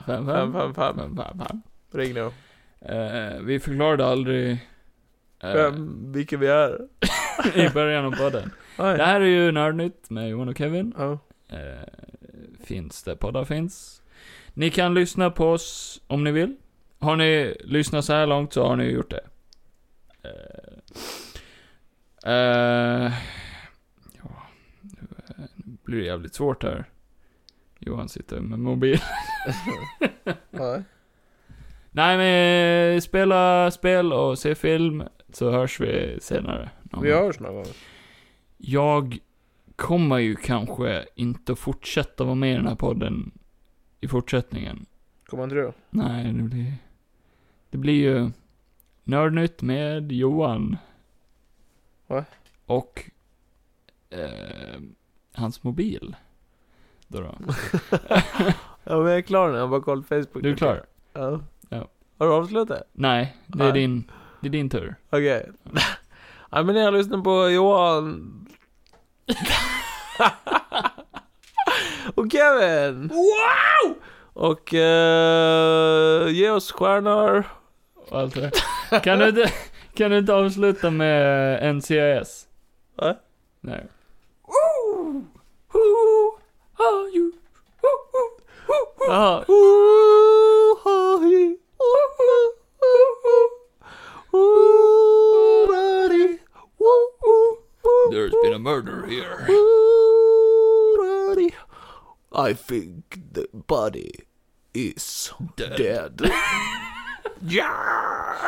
555. Ring nu. Vi förklarade aldrig Vilka vi är. i början av podden. Nej. Det här är ju Nördnytt med Johan och Kevin. Ja. Finns det poddar finns. Ni kan lyssna på oss om ni vill. Har ni lyssnat så här långt så har ni gjort det. Ja, nu blir det jävligt svårt här. Johan sitter med mobil. Nej. Nej, men spela spel och se film. Så hörs vi senare. Vi hörs någon gång. Jag kommer ju kanske inte att fortsätta vara med i den här podden i fortsättningen. Kommer inte du? Nej, det blir ju Nördnytt med Johan. Va? Och hans mobil. Då. Ja, men jag är klar nu. Jag har bara kollat Facebook. Du är klar? Ja. Ja. Har du avslutat? Nej, det är din tur. Okej. Ja, men jag lyssnar på Johan. Och Kevin. Wow! Och ge oss stjärnor. Och allt det. Kan du inte avsluta med NCIS? Va? Nej. Jaha. There's been a murder here. I think the body is dead. Yeah!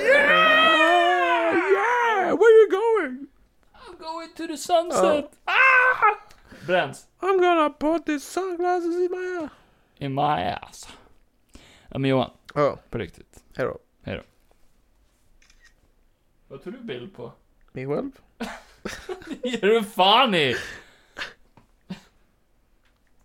Where are you going? I'm going to the sunset. Bränns. I'm gonna put these sunglasses in my eye. In my ass. Ja, men Johan, Ja, på riktigt. hejdå. Vad tog du bild på? Mig själv? Det ger du fan i!